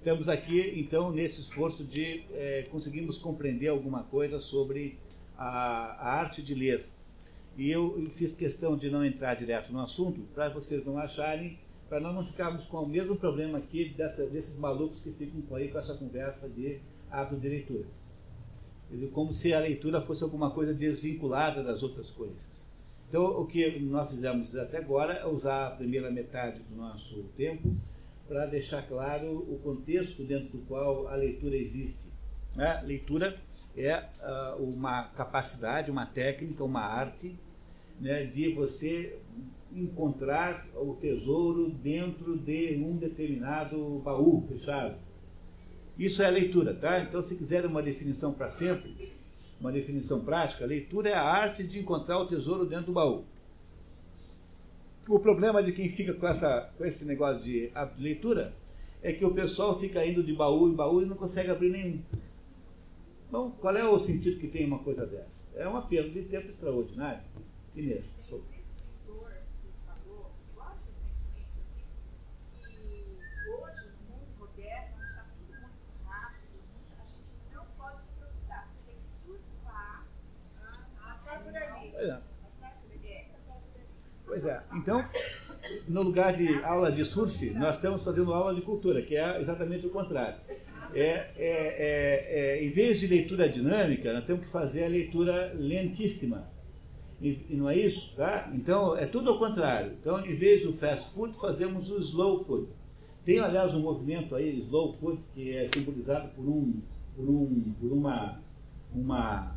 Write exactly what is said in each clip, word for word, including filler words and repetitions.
estamos aqui, então, nesse esforço de é, conseguirmos compreender alguma coisa sobre a, a arte de ler. E eu, eu fiz questão de não entrar direto no assunto, para vocês não acharem, para nós não ficarmos com o mesmo problema aqui dessa, desses malucos que ficam por aí com essa conversa de hábito de leitura. Como se a leitura fosse alguma coisa desvinculada das outras coisas. Então, o que nós fizemos até agora é usar a primeira metade do nosso tempo para deixar claro o contexto dentro do qual a leitura existe. A leitura é uh, uma capacidade, uma técnica, uma arte, né, de você encontrar o tesouro dentro de um determinado baú fechado. Isso é a leitura, tá? Então, se quiserem uma definição para sempre, uma definição prática, leitura é a arte de encontrar o tesouro dentro do baú. O problema de quem fica com, essa, com esse negócio de leitura é que o pessoal fica indo de baú em baú e não consegue abrir nenhum. Bom, qual é o sentido que tem uma coisa dessa? É uma perda de tempo extraordinária. Inês. Pois é, então, no lugar de aula de surf, nós estamos fazendo aula de cultura, que é exatamente o contrário. É, é, é, é, em vez de leitura dinâmica, nós temos que fazer a leitura lentíssima. E, e não é isso? Tá? Então, é tudo ao contrário. Então, em vez do fast food, fazemos o slow food. Tem, aliás, um movimento aí, slow food, que é simbolizado por um, por um, por uma, uma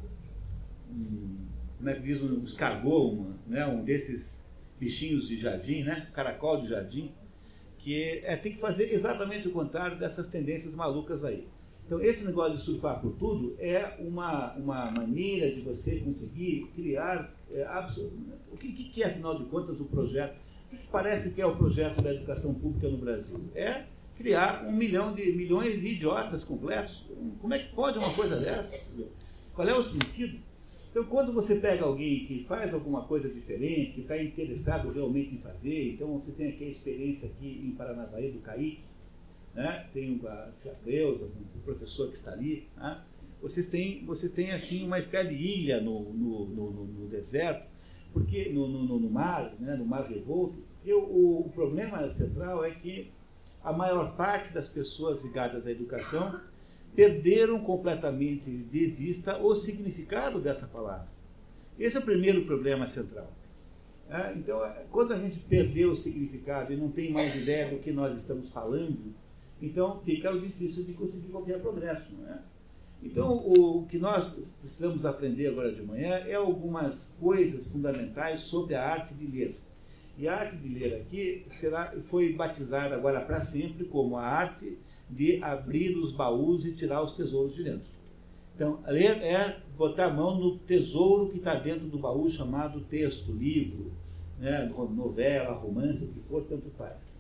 um, como é que diz, um escargot, uma, né, um desses bichinhos de jardim, né? Caracol de jardim, que é, tem que fazer exatamente o contrário dessas tendências malucas aí. Então, esse negócio de surfar por tudo é uma, uma maneira de você conseguir criar é, absolutamente, o que, que é, afinal de contas, o projeto? O que, que parece que é o projeto da educação pública no Brasil? É criar um milhão de milhões de idiotas completos. Como é que pode uma coisa dessa? Qual é o sentido? Então, quando você pega alguém que faz alguma coisa diferente, que está interessado realmente em fazer, então você tem aqui a experiência aqui em Paranavaí do Kaique, né? Tem a tia Cleusa, o professor que está ali, né? Vocês têm, vocês têm assim uma espécie de ilha no, no, no, no deserto, porque no, no, no mar, né? No mar revolto, porque o, o problema central é que a maior parte das pessoas ligadas à educação perderam completamente de vista o significado dessa palavra. Esse é o primeiro problema central. É, então, quando a gente perdeu o significado e não tem mais ideia do que nós estamos falando, então fica difícil de conseguir qualquer progresso, não é? Então, o que nós precisamos aprender agora de manhã é algumas coisas fundamentais sobre a arte de ler. E a arte de ler aqui será, foi batizada agora para sempre como a arte de abrir os baús e tirar os tesouros de dentro. Então, ler é botar a mão no tesouro que está dentro do baú, chamado texto, livro, né, novela, romance, o que for, tanto faz.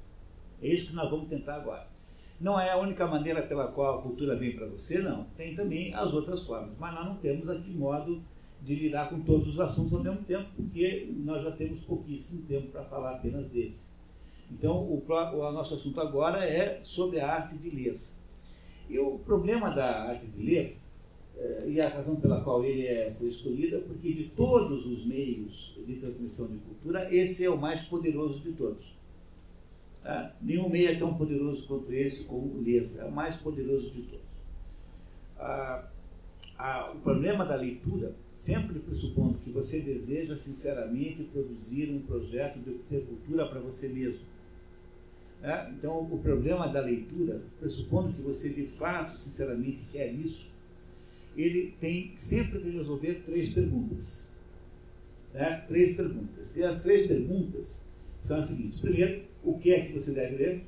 É isso que nós vamos tentar agora. Não é a única maneira pela qual a cultura vem para você, não. Tem também as outras formas. Mas nós não temos aqui modo de lidar com todos os assuntos ao mesmo tempo, porque nós já temos pouquíssimo tempo para falar apenas desse. Então, o, o nosso assunto agora é sobre a arte de ler. E o problema da arte de ler, é, e a razão pela qual ele é, foi escolhido, é porque de todos os meios de transmissão de cultura, esse é o mais poderoso de todos. Tá? Nenhum meio é tão poderoso quanto esse, como o ler, é o mais poderoso de todos. Ah, ah, o problema da leitura, sempre pressupondo que você deseja sinceramente produzir um projeto de obter cultura para você mesmo. É? Então, o problema da leitura, pressupondo que você de fato, sinceramente, quer isso, ele tem sempre que resolver três perguntas. Né? Três perguntas. E as três perguntas são as seguintes. Primeiro, o que é que você deve ler?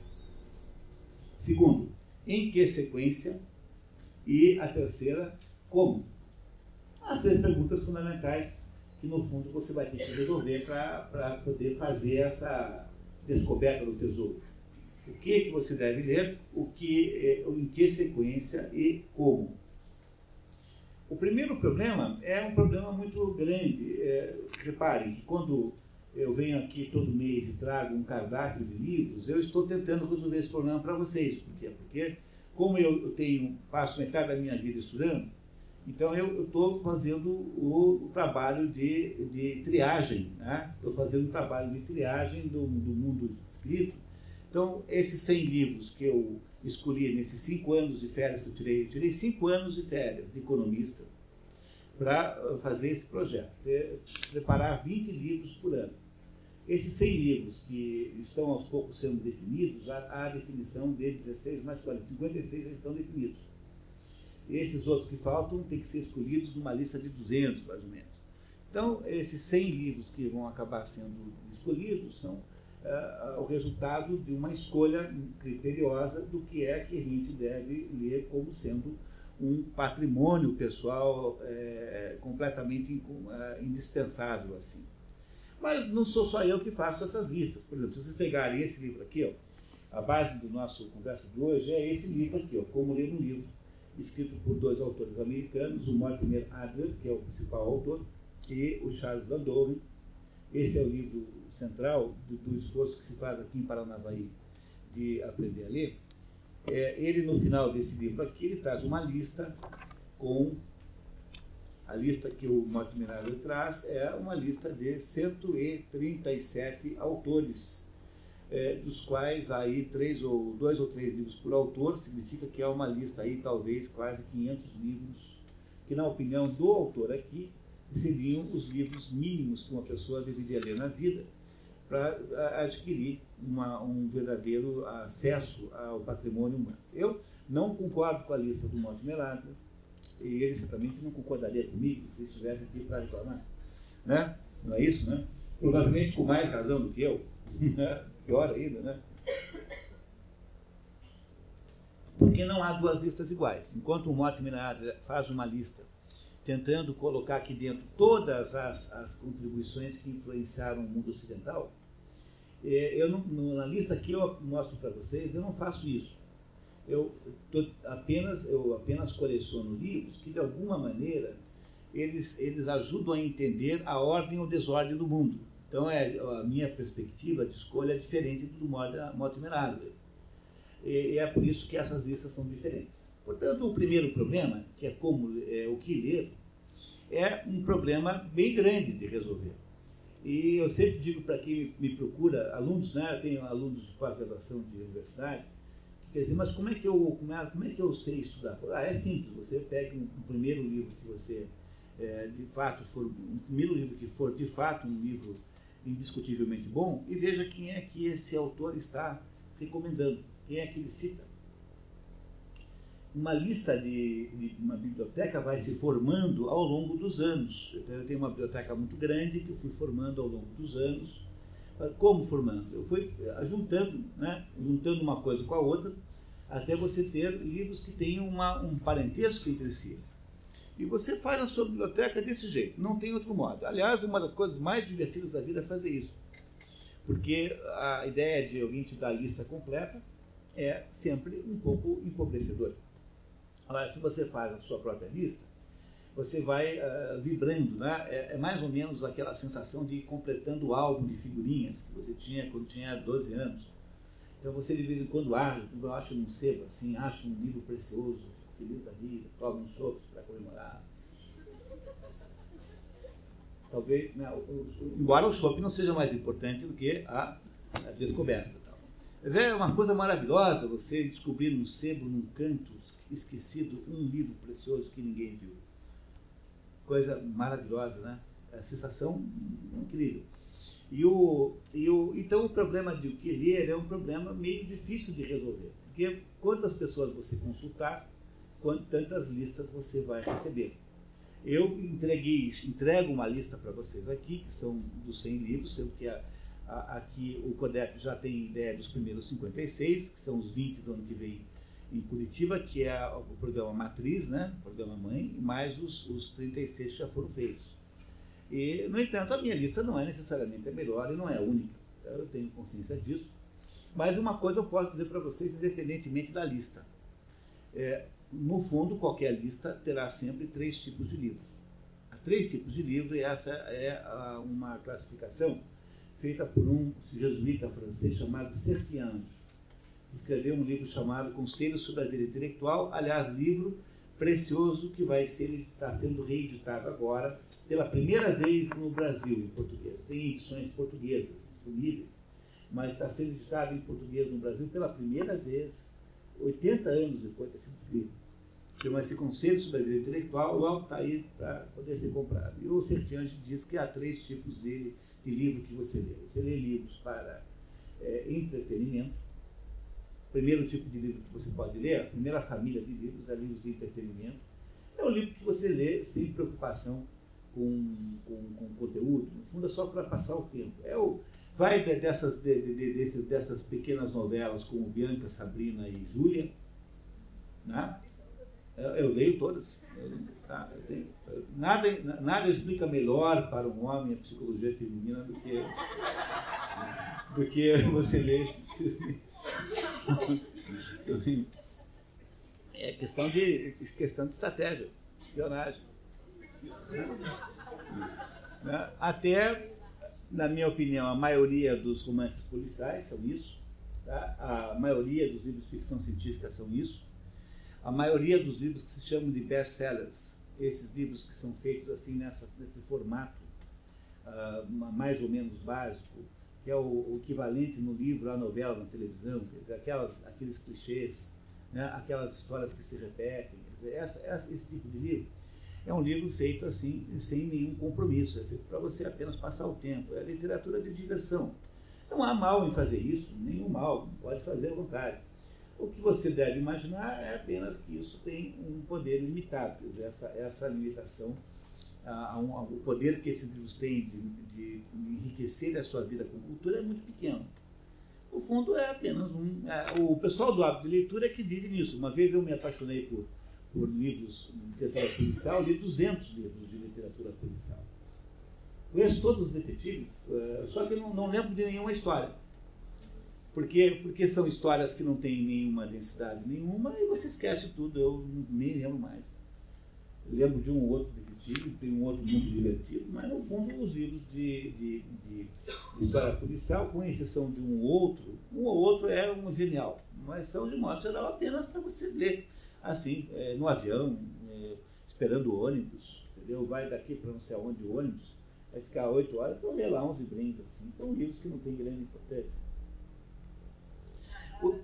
Segundo, em que sequência? E a terceira, como? As três perguntas fundamentais que, no fundo, você vai ter que resolver para poder fazer essa descoberta do tesouro. O que é que você deve ler, o que, em que sequência e como. O primeiro problema é um problema muito grande. É, reparem que quando eu venho aqui todo mês e trago um cardápio de livros, eu estou tentando resolver esse problema para vocês. Por quê? Porque, como eu tenho, passo metade da minha vida estudando, então eu estou fazendo o, o trabalho de, de triagem, né? Estou fazendo o trabalho de triagem do, do mundo escrito. Então, esses cem livros que eu escolhi nesses cinco anos de férias que eu tirei, eu tirei cinco anos de férias de economista para fazer esse projeto, preparar vinte livros por ano. Esses cem livros que estão aos poucos sendo definidos, já há a definição de dezesseis mais quarenta, cinquenta e seis já estão definidos. E esses outros que faltam têm que ser escolhidos numa lista de duzentos, mais ou menos. Então, esses cem livros que vão acabar sendo escolhidos são uh, o resultado de uma escolha criteriosa do que é que a gente deve ler como sendo um patrimônio pessoal é, completamente uh, indispensável, assim. Mas não sou só eu que faço essas listas. Por exemplo, se vocês pegarem esse livro aqui, ó, a base do nosso conversa de hoje é esse livro aqui, ó, Como Ler um Livro, escrito por dois autores americanos, o Mortimer Adler, que é o principal autor, e o Charles Van Doren. Esse é o livro central do, do esforço que se faz aqui em Paranavaí de aprender a ler. É, ele, no final desse livro aqui, ele traz uma lista com... A lista que o Mortimer Adler traz é uma lista de cento e trinta e sete autores, é, dos quais aí três ou dois ou três livros por autor, significa que é uma lista aí talvez quase quinhentos livros, que na opinião do autor aqui seriam os livros mínimos que uma pessoa deveria ler na vida para adquirir uma, um verdadeiro acesso ao patrimônio humano. Eu não concordo com a lista do Mortimer Adler, e ele certamente não concordaria comigo se estivesse aqui para reclamar, né? Não é isso, né? Provavelmente com mais razão do que eu, né? Pior ainda, né? Porque não há duas listas iguais. Enquanto o Mortimer Adler faz uma lista tentando colocar aqui dentro todas as, as contribuições que influenciaram o mundo ocidental, eu não, na lista que eu mostro para vocês, eu não faço isso. Eu, tô apenas, eu apenas coleciono livros que, de alguma maneira, eles, eles ajudam a entender a ordem ou desordem do mundo. Então, é, a minha perspectiva de escolha é diferente do Mortimer Adler. E, e é por isso que essas listas são diferentes. Portanto, o primeiro problema, que é como é, o que ler, é um problema bem grande de resolver. E eu sempre digo para quem me procura, alunos, né? Eu tenho alunos de pós-graduação de universidade, quer dizer, mas como é que eu, como é, como é que eu sei estudar? Ah, é simples, você pega um, um primeiro livro que você, é, de fato, for, um primeiro livro que for, de fato, um livro indiscutivelmente bom, e veja quem é que esse autor está recomendando, quem é que ele cita. Uma lista de, de uma biblioteca vai se formando ao longo dos anos. Então, eu tenho uma biblioteca muito grande que eu fui formando ao longo dos anos. Como formando? Eu fui juntando, né, juntando uma coisa com a outra, até você ter livros que tenham uma, um parentesco entre si. E você faz a sua biblioteca desse jeito, não tem outro modo. Aliás, uma das coisas mais divertidas da vida é fazer isso. Porque a ideia de alguém te dar a lista completa é sempre um pouco empobrecedora. Agora, se você faz a sua própria lista, você vai uh, vibrando, né? É, é mais ou menos aquela sensação de ir completando o álbum de figurinhas que você tinha quando tinha doze anos. Então você de vez em quando acha, eu acho um sebo assim, acho um livro precioso, fico feliz da vida, tomo um chopp para comemorar. Talvez, né, o, o, embora o chopp não seja mais importante do que a, a descoberta. Tal. Mas é uma coisa maravilhosa você descobrir num sebo, num canto esquecido, um livro precioso que ninguém viu. Coisa maravilhosa, né? A sensação incrível. E o, e o, então o problema de o que ler é um problema meio difícil de resolver. Porque quantas pessoas você consultar, tantas listas você vai receber. Eu entreguei, entrego uma lista para vocês aqui, que são dos cem livros, sendo que a, a, aqui o Codep já tem ideia dos primeiros cinquenta e seis, que são os vinte do ano que vem em Curitiba, que é o programa matriz, né, o programa mãe, mais os, os trinta e seis que já foram feitos. E, no entanto, a minha lista não é necessariamente a melhor e não é a única. Então, eu tenho consciência disso. Mas uma coisa eu posso dizer para vocês, independentemente da lista. É, no fundo, qualquer lista terá sempre três tipos de livros. Há três tipos de livros e essa é a, uma classificação feita por um jesuíta francês chamado Sertiange. Escreveu um livro chamado Conselhos sobre a Vida Intelectual, aliás, livro precioso que vai ser, está sendo reeditado agora pela primeira vez no Brasil, em português. Tem edições portuguesas disponíveis, mas está sendo editado em português no Brasil pela primeira vez, oitenta anos depois de ter sido escrito. Chama-se Conselhos sobre a Vida Intelectual, logo está aí para poder ser comprado. E o Sertiange diz que há três tipos de, de livro que você lê. Você lê livros para é, entretenimento. O primeiro tipo de livro que você pode ler, a primeira família de livros, é livros de entretenimento. É um livro que você lê sem preocupação com, com, com conteúdo, no fundo é só para passar o tempo. É o, vai de, dessas, de, de, de, dessas, dessas pequenas novelas como Bianca, Sabrina e Júlia, né? eu, eu leio todas. Eu, tá, eu tenho, eu, nada, nada explica melhor para um homem a psicologia feminina do que, do que você ler. É questão de, questão de estratégia, espionagem. Né? Até, na minha opinião, a maioria dos romances policiais são isso. Tá? A maioria dos livros de ficção científica são isso. A maioria dos livros que se chamam de best-sellers, esses livros que são feitos assim nessa, nesse formato uh, mais ou menos básico, que é o, o equivalente no livro à novela na televisão, quer dizer, aquelas, aqueles clichês, né? Aquelas histórias que se repetem. Quer dizer, essa, essa, esse tipo de livro é um livro feito assim, sem nenhum compromisso, é feito para você apenas passar o tempo, é literatura de diversão. Não há mal em fazer isso, nenhum mal, pode fazer à vontade. O que você deve imaginar é apenas que isso tem um poder limitado, quer dizer, essa, essa limitação, a, a um, a, o poder que esses livros têm de, de, de enriquecer a sua vida com cultura é muito pequeno. No fundo, é apenas um... É, o pessoal do hábito de leitura é que vive nisso. Uma vez eu me apaixonei por, por livros de literatura policial, li duzentos livros de literatura policial. Conheço todos os detetives, só que não, não lembro de nenhuma história. Porque, porque são histórias que não têm nenhuma densidade nenhuma e você esquece tudo, eu nem lembro mais. Eu lembro de um outro detetive, tem um outro muito divertido, mas no fundo os livros de, de, de, de história policial, com exceção de um outro, um ou outro é um genial, mas são de modo geral apenas para vocês lerem, assim, é, no avião, é, esperando o ônibus, entendeu? Vai daqui para não sei aonde o ônibus, vai ficar oito horas, então lê lá uns livrinhos assim, são livros que não têm grande importância. O,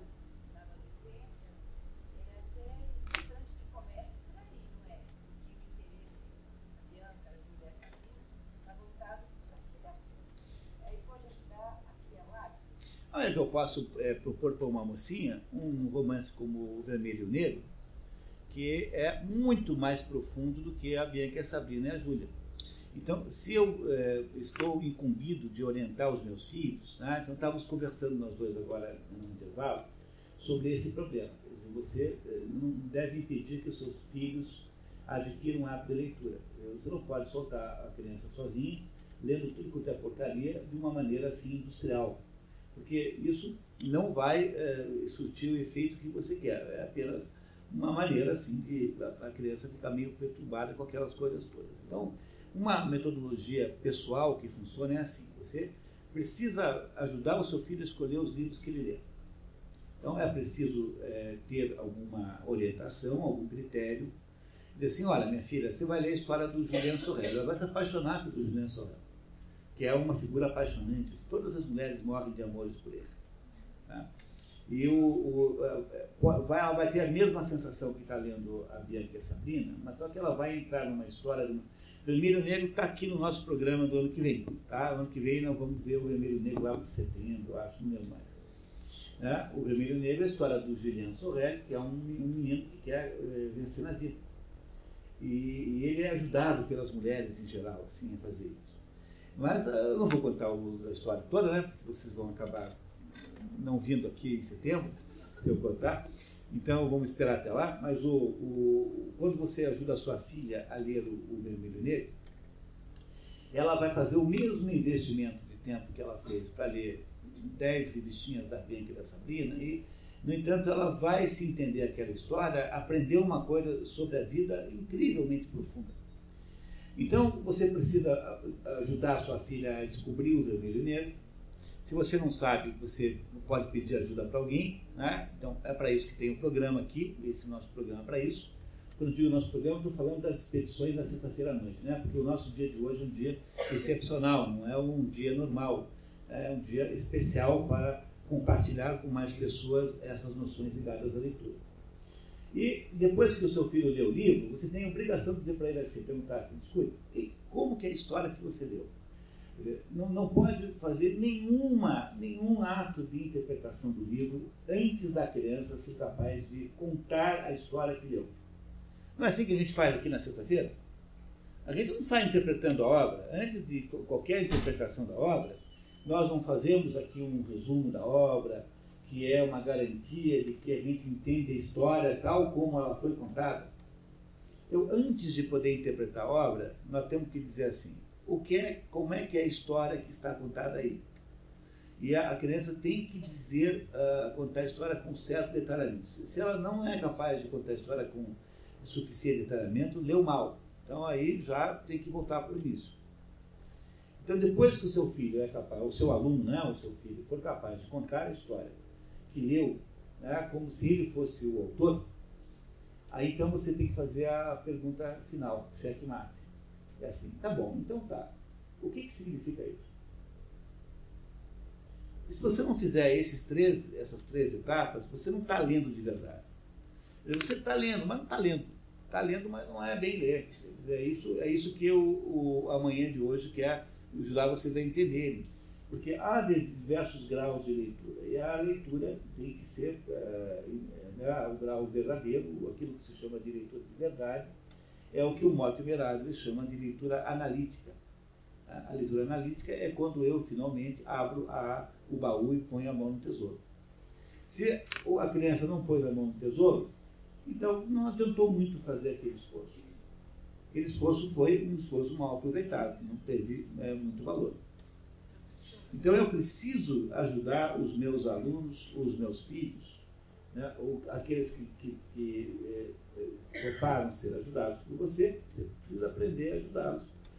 Olha, que eu posso é, propor para uma mocinha um romance como O Vermelho e o Negro, que é muito mais profundo do que a Bianca, a Sabrina e a Júlia. Então, se eu é, estou incumbido de orientar os meus filhos, né, então estávamos conversando nós dois agora no intervalo sobre esse problema. Quer dizer, você não deve impedir que os seus filhos adquiram um hábito de leitura. Quer dizer, você não pode soltar a criança sozinha, lendo tudo quanto é porcaria, de uma maneira assim industrial. Porque isso não vai é, surtir o efeito que você quer. É apenas uma maneira assim de a criança ficar meio perturbada com aquelas coisas todas. Então, uma metodologia pessoal que funciona é assim. Você precisa ajudar o seu filho a escolher os livros que ele lê. Então, é preciso é, ter alguma orientação, algum critério. Dizer assim, olha, minha filha, você vai ler a história do Julien Sorel. Ela vai se apaixonar pelo Julien Sorel, que é uma figura apaixonante. Todas as mulheres morrem de amores por ele. Tá? E o, o, vai, ela vai ter a mesma sensação que está lendo a Bianca e a Sabrina, mas só que ela vai entrar numa história... Numa... Vermelho e Negro está aqui no nosso programa do ano que vem. Tá? Ano que vem nós vamos ver o Vermelho e Negro lá por setembro, eu acho, não lembro mais. É? O Vermelho e Negro é a história do Julien Sorel, que é um, um menino que quer é, vencer na vida. E, e ele é ajudado pelas mulheres em geral assim, a fazer isso. Mas eu não vou contar o, a história toda, né? Porque vocês vão acabar não vindo aqui em setembro, se eu contar. Então vamos esperar até lá. Mas o, o, quando você ajuda a sua filha a ler o, o Vermelho e Negro, ela vai fazer o mesmo investimento de tempo que ela fez para ler dez revistinhas da Bianca e da Sabrina e, no entanto, ela vai se entender aquela história, aprender uma coisa sobre a vida incrivelmente profunda. Então, você precisa ajudar a sua filha a descobrir o Vermelho e Negro, Se você não sabe, você pode pedir ajuda para alguém, né? Então é para isso que tem o programa aqui, esse nosso programa é para isso. Quando eu digo nosso programa, estou falando das expedições da sexta-feira à noite, né? Porque o nosso dia de hoje é um dia excepcional, não é um dia normal, é um dia especial para compartilhar com mais pessoas essas noções ligadas à leitura. E depois que o seu filho lê o livro, você tem a obrigação de dizer para ele assim, perguntar assim, escuta, como que é a história que você leu? Não, não pode fazer nenhuma, nenhum ato de interpretação do livro antes da criança ser capaz de contar a história que leu. Não é assim que a gente faz aqui na sexta-feira? A gente não sai interpretando a obra. Antes de qualquer interpretação da obra, nós não fazemos aqui um resumo da obra, que é uma garantia de que a gente entende a história tal como ela foi contada. Então, antes de poder interpretar a obra, nós temos que dizer assim, o que é, como é que é a história que está contada aí? E a, a criança tem que dizer, uh, contar a história com certo detalhamento. Se ela não é capaz de contar a história com suficiente detalhamento, leu mal. Então aí já tem que voltar para o início. Então depois que o seu filho é capaz, o seu aluno, né, o seu filho, for capaz de contar a história que leu, né, como se ele fosse o autor, aí então você tem que fazer a pergunta final, checkmate. É assim, tá bom, então tá. O que que significa isso? E se você não fizer esses três, essas três etapas, você não está lendo de verdade. Você está lendo, mas não está lendo. Está lendo, mas não é bem ler. É isso, é isso que eu, o, a manhã de hoje quer ajudar vocês a entenderem. Porque há diversos graus de leitura. E a leitura tem que ser é, né, o grau verdadeiro, aquilo que se chama de leitura de verdade, é o que o Mortimer Adler chama de leitura analítica. A leitura analítica é quando eu, finalmente, abro a, o baú e ponho a mão no tesouro. Se a criança não pôs a mão no tesouro, então não adiantou muito fazer aquele esforço. Aquele esforço foi um esforço mal aproveitado, não teve é, muito valor. Então eu preciso ajudar os meus alunos, os meus filhos, né, ou aqueles que, que, que é, toparam ser ajudados por você, você precisa aprender a ajudá-los,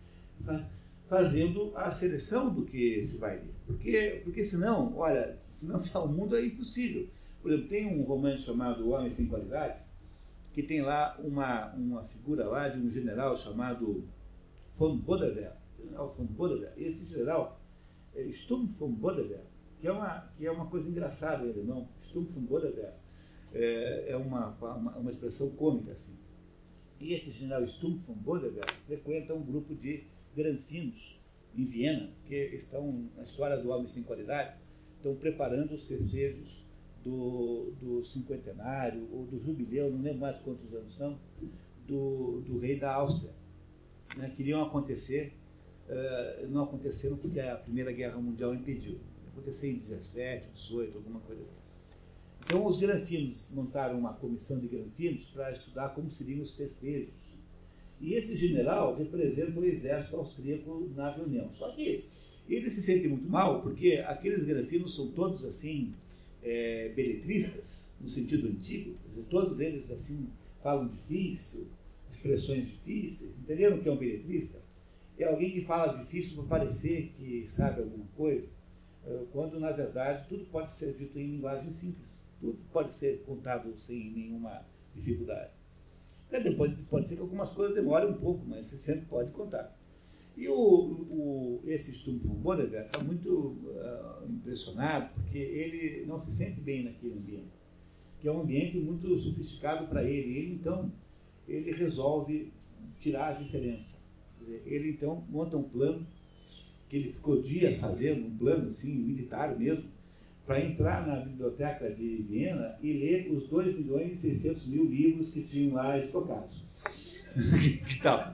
fazendo a seleção do que se vai ler. Porque, porque senão, olha, senão o mundo é impossível. Por exemplo, tem um romance chamado O Homem Sem Qualidades, que tem lá uma, uma figura lá de um general chamado von Bodewehr, general von Bodewehr. Esse general, é Sturm von Bodewehr, que é uma, que é uma coisa engraçada em alemão, Sturm von Bodewehr, é, é uma, uma, uma expressão cômica assim. E esse general Sturm von Bodewehr frequenta um grupo de granfinos em Viena, que estão na história do Homem Sem Qualidade, estão preparando os festejos do, do cinquentenário ou do jubileu, não lembro mais quantos anos são, do, do rei da Áustria. Né? Queriam acontecer, uh, não aconteceram porque a Primeira Guerra Mundial impediu. Aconteceu em dezessete, dezoito, alguma coisa assim. Então os granfinos montaram uma comissão de granfinos para estudar como seriam os festejos. E esse general representa o exército austríaco na reunião. Só que ele se sente muito mal porque aqueles granfinos são todos assim, é, beletristas, no sentido antigo. Quer dizer, todos eles assim falam difícil, expressões difíceis. Entenderam o que é um beletrista? É alguém que fala difícil para parecer que sabe alguma coisa, quando na verdade tudo pode ser dito em linguagem simples. Tudo pode ser contado sem nenhuma dificuldade. Até pode, pode ser que algumas coisas demorem um pouco, mas você sempre pode contar. E o, o, esse Sturm von Bodewehr está muito uh, impressionado, porque ele não se sente bem naquele ambiente, que é um ambiente muito sofisticado para ele. Ele, então, ele resolve tirar a diferença. Ele, então, monta um plano, que ele ficou dias fazendo, um plano assim, militar mesmo, para entrar na biblioteca de Viena e ler os dois milhões e seiscentos mil livros que tinham lá estocados. Que tal?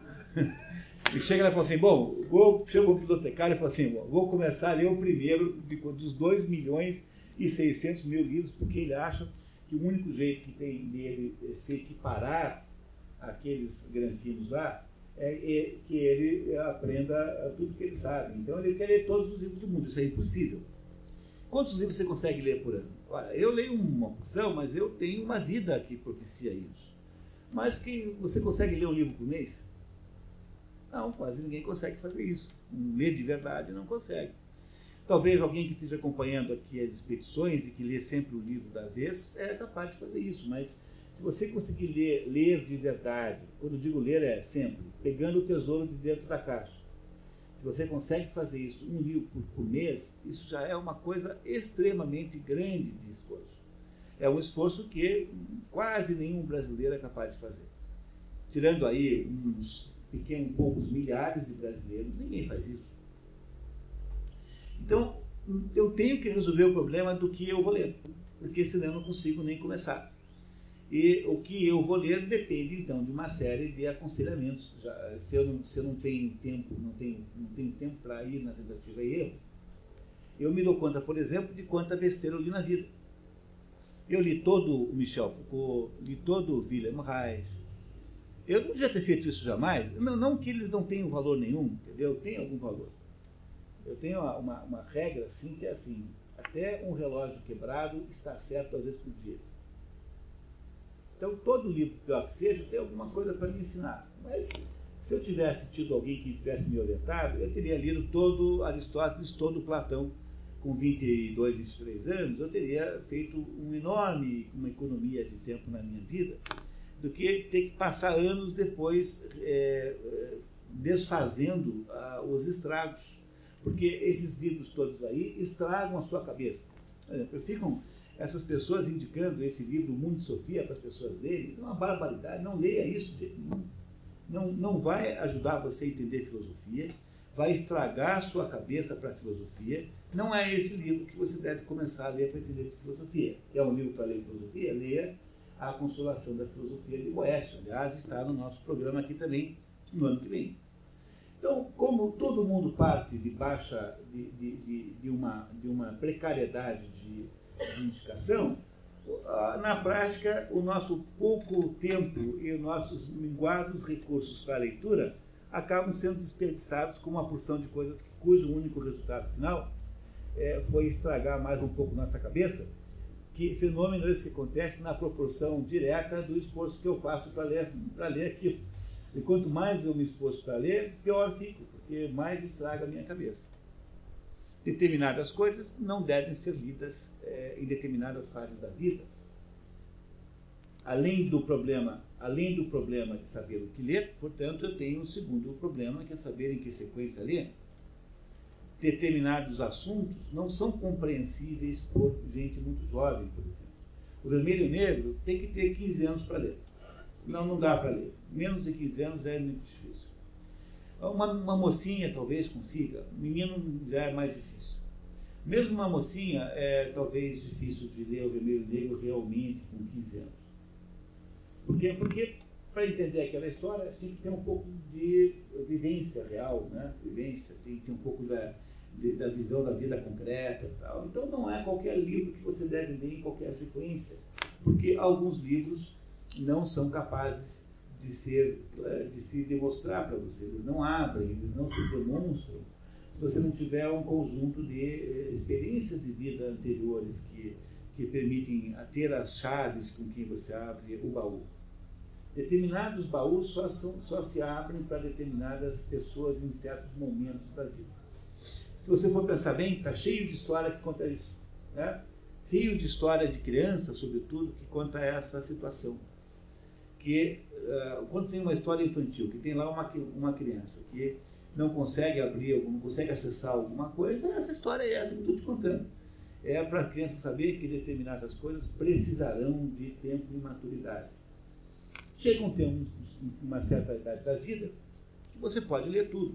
E chega lá e fala assim, bom, vou, chega o bibliotecário e fala assim, bom, vou começar a ler o primeiro de, dos dois milhões e seiscentos mil livros, porque ele acha que o único jeito que tem dele se equiparar àqueles granfinos lá é, é que ele aprenda tudo que ele sabe. Então ele quer ler todos os livros do mundo, isso é impossível. Quantos livros você consegue ler por ano? Olha, eu leio uma porção, mas eu tenho uma vida que propicia isso. Mas que você consegue ler um livro por mês? Não, quase ninguém consegue fazer isso. Um ler de verdade não consegue. Talvez alguém que esteja acompanhando aqui as expedições e que lê sempre o livro da vez é capaz de fazer isso, mas se você conseguir ler, ler de verdade, quando eu digo ler é sempre, pegando o tesouro de dentro da caixa, se você consegue fazer isso, um livro por, por mês, isso já é uma coisa extremamente grande de esforço. É um esforço que quase nenhum brasileiro é capaz de fazer. Tirando aí uns pequenos, poucos milhares de brasileiros, ninguém faz isso. Então, eu tenho que resolver o problema do que eu vou ler, porque senão eu não consigo nem começar. E o que eu vou ler depende, então, de uma série de aconselhamentos. Já, se, eu não, se eu não tenho tempo, não tenho, não tenho tempo para ir na tentativa e erro, eu me dou conta, por exemplo, de quanta besteira eu li na vida. Eu li todo o Michel Foucault, li todo o Wilhelm Reich. Eu não devia ter feito isso jamais. Não, não que eles não tenham valor nenhum, entendeu? Tem algum valor. Eu tenho uma, uma, uma regra assim, que é assim, até um relógio quebrado está certo às vezes por dia. Então, todo livro, pior que seja, tem alguma coisa para me ensinar. Mas, se eu tivesse tido alguém que tivesse me orientado, eu teria lido todo Aristóteles, todo Platão, com vinte e dois, vinte e três anos, eu teria feito um enorme, uma economia de tempo na minha vida, do que ter que passar anos depois é, desfazendo ah, os estragos. Porque esses livros todos aí estragam a sua cabeça. Por exemplo, ficam essas pessoas indicando esse livro, O Mundo de Sofia, para as pessoas lerem, é uma barbaridade, não leia isso de jeito nenhum. Não, não vai ajudar você a entender filosofia, vai estragar a sua cabeça para a filosofia. Não é esse livro que você deve começar a ler para entender filosofia. Quer um livro para ler filosofia? Leia A Consolação da Filosofia de Boécio. Aliás, está no nosso programa aqui também, no ano que vem. Então, como todo mundo parte de baixa, de, de, de, de, uma, de uma precariedade de de indicação, na prática, o nosso pouco tempo e os nossos minguados recursos para a leitura acabam sendo desperdiçados com uma porção de coisas cujo único resultado final é, foi estragar mais um pouco nossa cabeça, que fenômeno esse que acontece na proporção direta do esforço que eu faço para ler, para ler aquilo. E quanto mais eu me esforço para ler, pior fico, porque mais estraga a minha cabeça. Determinadas coisas não devem ser lidas é, em determinadas fases da vida. Além do problema, além do problema de saber o que ler, portanto, eu tenho um segundo problema, que é saber em que sequência ler. Determinados assuntos não são compreensíveis por gente muito jovem, por exemplo. O Vermelho e Negro tem que ter quinze anos para ler. Não, não dá para ler. Menos de quinze anos é muito difícil. Uma, uma mocinha talvez consiga, menino já é mais difícil. Mesmo uma mocinha é talvez difícil de ler o Vermelho e Negro realmente com quinze anos. Por quê? Porque para entender aquela história tem que ter um pouco de vivência real, né? Vivência, tem que ter um pouco da, de, da visão da vida concreta e tal. Então não é qualquer livro que você deve ler em qualquer sequência, porque alguns livros não são capazes de, ser, de se demonstrar para você, eles não abrem, eles não se demonstram, se você não tiver um conjunto de experiências de vida anteriores que, que permitem ter as chaves com que você abre o baú. Determinados baús só, são, só se abrem para determinadas pessoas em certos momentos da vida. Se você for pensar bem, está cheio de história que conta isso, né? Cheio de história de criança, sobretudo, que conta essa situação. Que uh, quando tem uma história infantil, que tem lá uma, uma criança que não consegue abrir, não consegue acessar alguma coisa, essa história é essa que eu estou te contando. É para a criança saber que determinadas coisas precisarão de tempo e maturidade. Chega um tempo, uma certa idade da vida, que você pode ler tudo.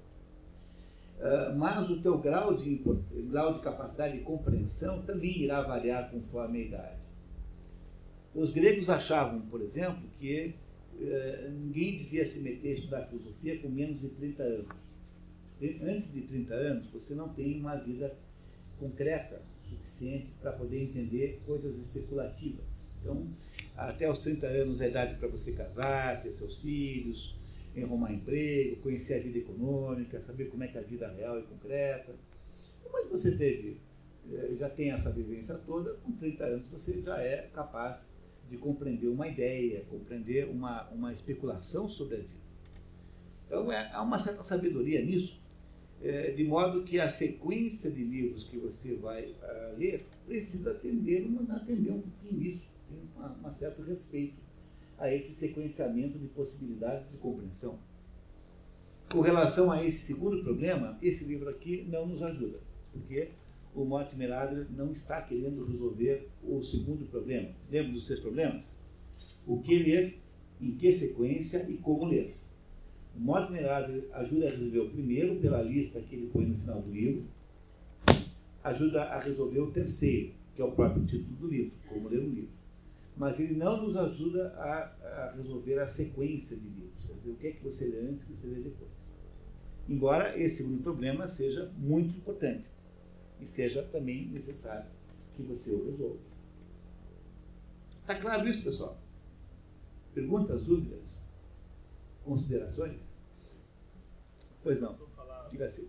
Uh, mas o teu grau de, grau de capacidade de compreensão também irá variar conforme a idade. Os gregos achavam, por exemplo, que uh, ninguém devia se meter a estudar filosofia com menos de trinta anos. Antes de trinta anos, você não tem uma vida concreta suficiente para poder entender coisas especulativas. Então, até os trinta anos é a idade para você casar, ter seus filhos, arrumar emprego, conhecer a vida econômica, saber como é que é a vida real e concreta. Mas você teve, já tem essa vivência toda, com trinta anos você já é capaz de compreender uma ideia, compreender uma, uma especulação sobre a vida. Então, há uma certa sabedoria nisso. é, de modo que a sequência de livros que você vai uh, ler precisa atender, uma, atender um pouquinho isso, tem um, um certo respeito a esse sequenciamento de possibilidades de compreensão. Com relação a esse segundo problema, esse livro aqui não nos ajuda, porque o Mortimer Adler não está querendo resolver o segundo problema. Lembra dos seus problemas? O que ler, em que sequência e como ler. O Mortimer Adler ajuda a resolver o primeiro pela lista que ele põe no final do livro, ajuda a resolver o terceiro, que é o próprio título do livro, como ler um livro. Mas ele não nos ajuda a, a resolver a sequência de livros, quer dizer, o que é que você lê antes e o que você lê depois. Embora esse segundo problema seja muito importante e seja também necessário que você o resolva. Está claro isso, pessoal? Perguntas, dúvidas? Considerações? Pois não. Diga assim.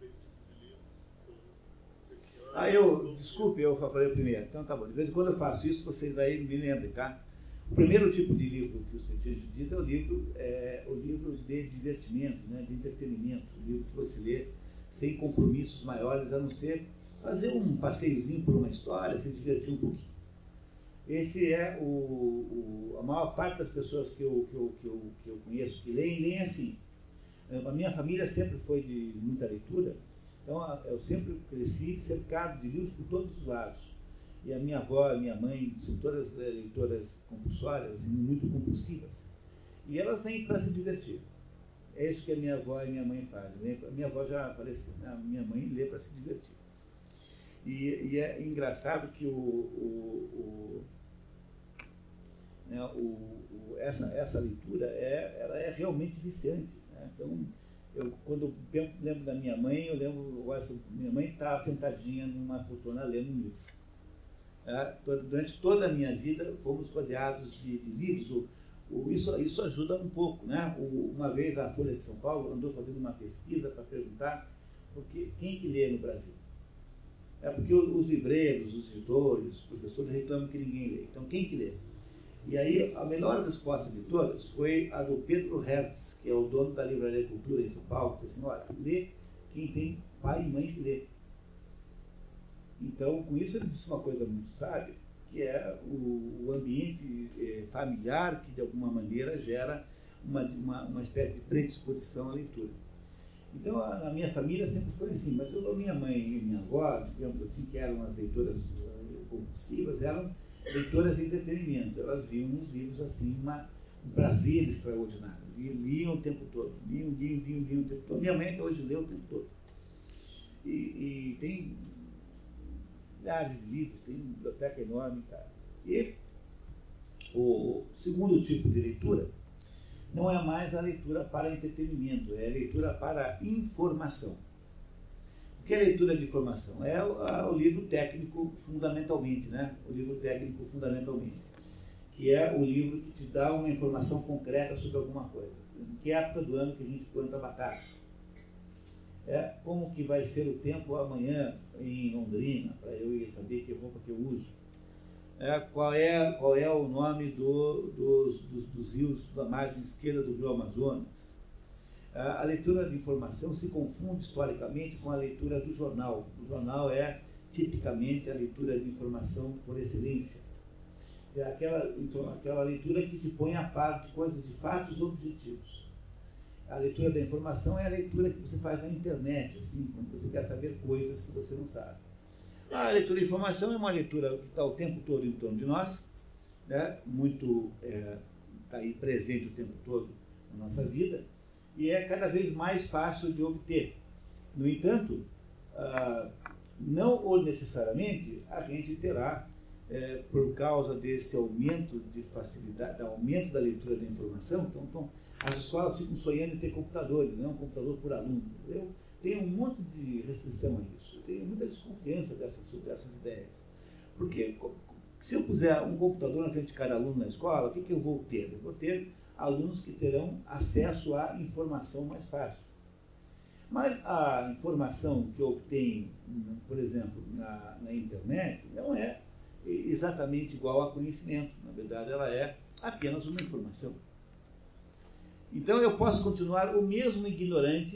Ah, eu, desculpe, eu falei primeiro. Então tá bom. De vez em quando eu faço isso, vocês aí me lembrem, tá? O primeiro tipo de livro que o cientista diz é o livro, é, o livro de divertimento, né, de entretenimento, o livro que você lê sem compromissos maiores, a não ser fazer um passeiozinho por uma história, se divertir um pouquinho. Esse é o, o, a maior parte das pessoas que eu, que, eu, que, eu, que eu conheço que leem, leem assim. A minha família sempre foi de muita leitura, então eu sempre cresci cercado de livros por todos os lados. E a minha avó, a minha mãe, são todas leitoras compulsórias e muito compulsivas. E elas leem para se divertir. É isso que a minha avó e a minha mãe fazem. A minha avó já faleceu, né? A minha mãe lê para se divertir. E, e é engraçado que o, o, o, né, o, o, essa, essa leitura é, ela é realmente viciante. Né? Então, eu, quando eu lembro da minha mãe, eu lembro, eu, minha mãe estava sentadinha numa poltrona lendo um livro. É, durante toda a minha vida fomos rodeados de, de livros. O, o, isso, isso ajuda um pouco, né? O, uma vez a Folha de São Paulo andou fazendo uma pesquisa para perguntar porque, quem que lê no Brasil. É porque os livreiros, os editores, os professores reclamam que ninguém lê. Então quem que lê? E aí a melhor resposta de todas foi a do Pedro Hertz, que é o dono da Livraria Cultura em São Paulo, que disse assim, olha, lê quem tem pai e mãe que lê. Então, com isso ele disse uma coisa muito sábia, que é o, o ambiente eh, familiar que, de alguma maneira, gera uma, uma, uma espécie de predisposição à leitura. Então, a, a minha família sempre foi assim, mas eu, a minha mãe e minha avó, digamos assim, que eram as leitoras uh, compulsivas, eram leitoras de entretenimento. Elas viam nos livros, assim, uma, um prazer extraordinário. Liam o tempo todo, liam, liam, liam, liam o tempo todo. Minha mãe até hoje lê o tempo todo. E, e tem milhares de livros, tem uma biblioteca enorme. Tá? E o segundo tipo de leitura não é mais a leitura para entretenimento, é a leitura para informação. O que é leitura de informação? É o, a, o livro técnico fundamentalmente, né? O livro técnico fundamentalmente, que é o livro que te dá uma informação concreta sobre alguma coisa. Em que época do ano que a gente planta batata? É, como que vai ser o tempo amanhã em Londrina, para eu saber que roupa que eu uso. É, qual, é, qual é o nome do, dos, dos, dos rios da margem esquerda do rio Amazonas. É, a leitura de informação se confunde historicamente com a leitura do jornal. O jornal é tipicamente a leitura de informação por excelência. É aquela, aquela leitura que te põe a par de coisas, de fatos objetivos. A leitura da informação é a leitura que você faz na internet, assim, quando você quer saber coisas que você não sabe. A leitura de informação é uma leitura que está o tempo todo em torno de nós, né? Muito é, está aí presente o tempo todo na nossa vida, e é cada vez mais fácil de obter. No entanto, ah, não ou necessariamente a gente terá, é, por causa desse aumento de facilidade, aumento da leitura da informação, então, então as escolas ficam sonhando em ter computadores, né? Um computador por aluno. Eu tenho um monte de restrição a isso, eu tenho muita desconfiança dessas, dessas ideias. Porque se eu puser um computador na frente de cada aluno na escola, o que, que eu vou ter? Eu vou ter alunos que terão acesso à informação mais fácil. Mas a informação que eu obtenho, por exemplo, na, na internet, não é exatamente igual a conhecimento. Na verdade, ela é apenas uma informação. Então, eu posso continuar o mesmo ignorante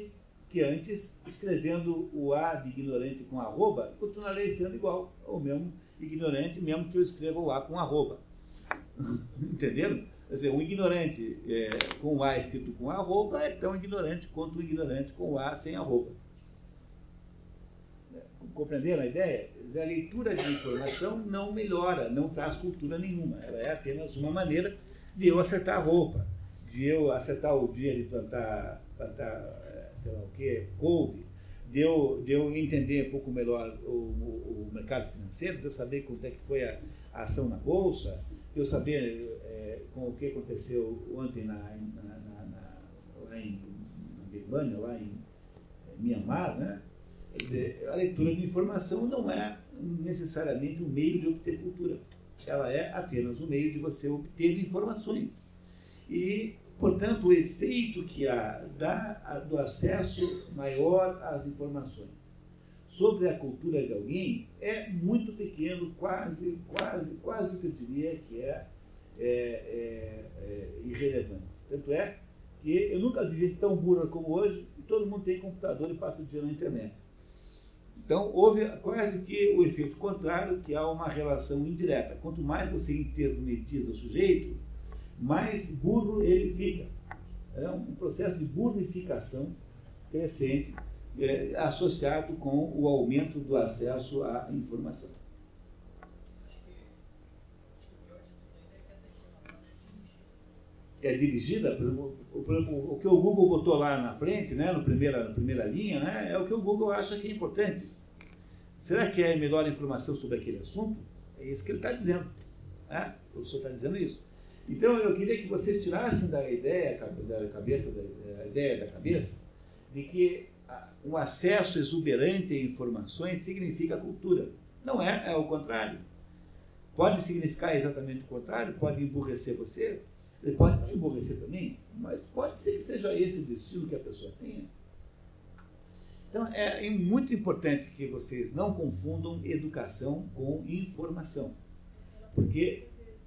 que antes, escrevendo o A de ignorante com arroba, continuarei sendo igual ao mesmo ignorante, mesmo que eu escreva o A com arroba. Entenderam? Quer dizer, um ignorante é, com o A escrito com arroba é tão ignorante quanto um ignorante com o A sem arroba. Compreenderam a ideia? Quer dizer, a leitura de informação não melhora, não traz cultura nenhuma. Ela é apenas uma maneira de eu acertar a roupa, de eu acertar o dia de plantar, plantar sei lá o quê, couve, de eu, de eu entender um pouco melhor o, o, o mercado financeiro, de eu saber quanto é que foi a, a ação na bolsa, de eu saber é, com o que aconteceu ontem na, na, na, na, lá em na Birmania, lá em Mianmar, né? Quer dizer, a leitura de informação não é necessariamente um meio de obter cultura. Ela é apenas um meio de você obter informações. E, portanto, o efeito que há da, do acesso maior às informações sobre a cultura de alguém é muito pequeno, quase, quase, quase que eu diria que é, é, é, é irrelevante. Tanto é que eu nunca vi gente tão burra como hoje e todo mundo tem computador e passa o dia na internet. Então, houve quase que o efeito contrário, que há uma relação indireta. Quanto mais você internetiza o sujeito, mais burro ele fica. É um processo de burrificação crescente, é, associado com o aumento do acesso à informação. É dirigida, por exemplo, por exemplo, o que o Google botou lá na frente, né, no primeira, na primeira linha, né, é o que o Google acha que é importante. Será que é melhor informação sobre aquele assunto? É isso que ele está dizendo. Né? O professor está dizendo isso. Então, eu queria que vocês tirassem da ideia da cabeça, da ideia da cabeça, de que um acesso exuberante a informações significa cultura. Não é, é o contrário. Pode significar exatamente o contrário, pode emburrecer você, ele pode não emburrecer também, mas pode ser que seja esse o destino que a pessoa tenha. Então, é muito importante que vocês não confundam educação com informação. Porque...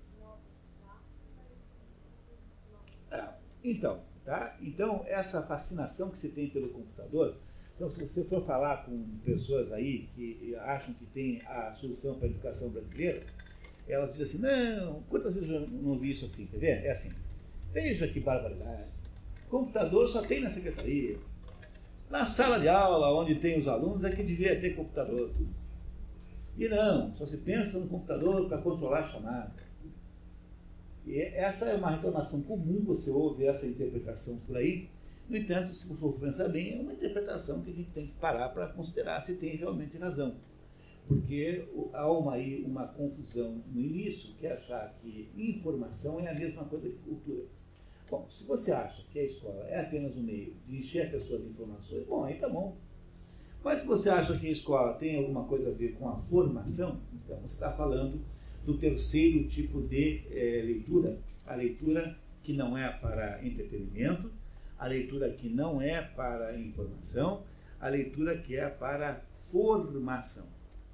Ah, então, tá? Então, essa fascinação que você tem pelo computador... Então, se você for falar com pessoas aí que acham que tem a solução para a educação brasileira, elas dizem assim, não, quantas vezes eu não vi isso assim, quer ver? É assim, veja que barbaridade. Computador só tem na secretaria. Na sala de aula, onde tem os alunos, é que devia ter computador. E não, só se pensa no computador para controlar a chamada. E essa é uma reclamação comum, você ouve essa interpretação por aí. No entanto, se for pensar bem, é uma interpretação que a gente tem que parar para considerar se tem realmente razão. Porque há uma, aí uma confusão no início, que é achar que informação é a mesma coisa que cultura. Bom, se você acha que a escola é apenas um meio de encher a pessoa de informações, bom, aí tá bom. Mas se você acha que a escola tem alguma coisa a ver com a formação, então você está falando do terceiro tipo de é, leitura, a leitura que não é para entretenimento, a leitura que não é para informação, a leitura que é para formação.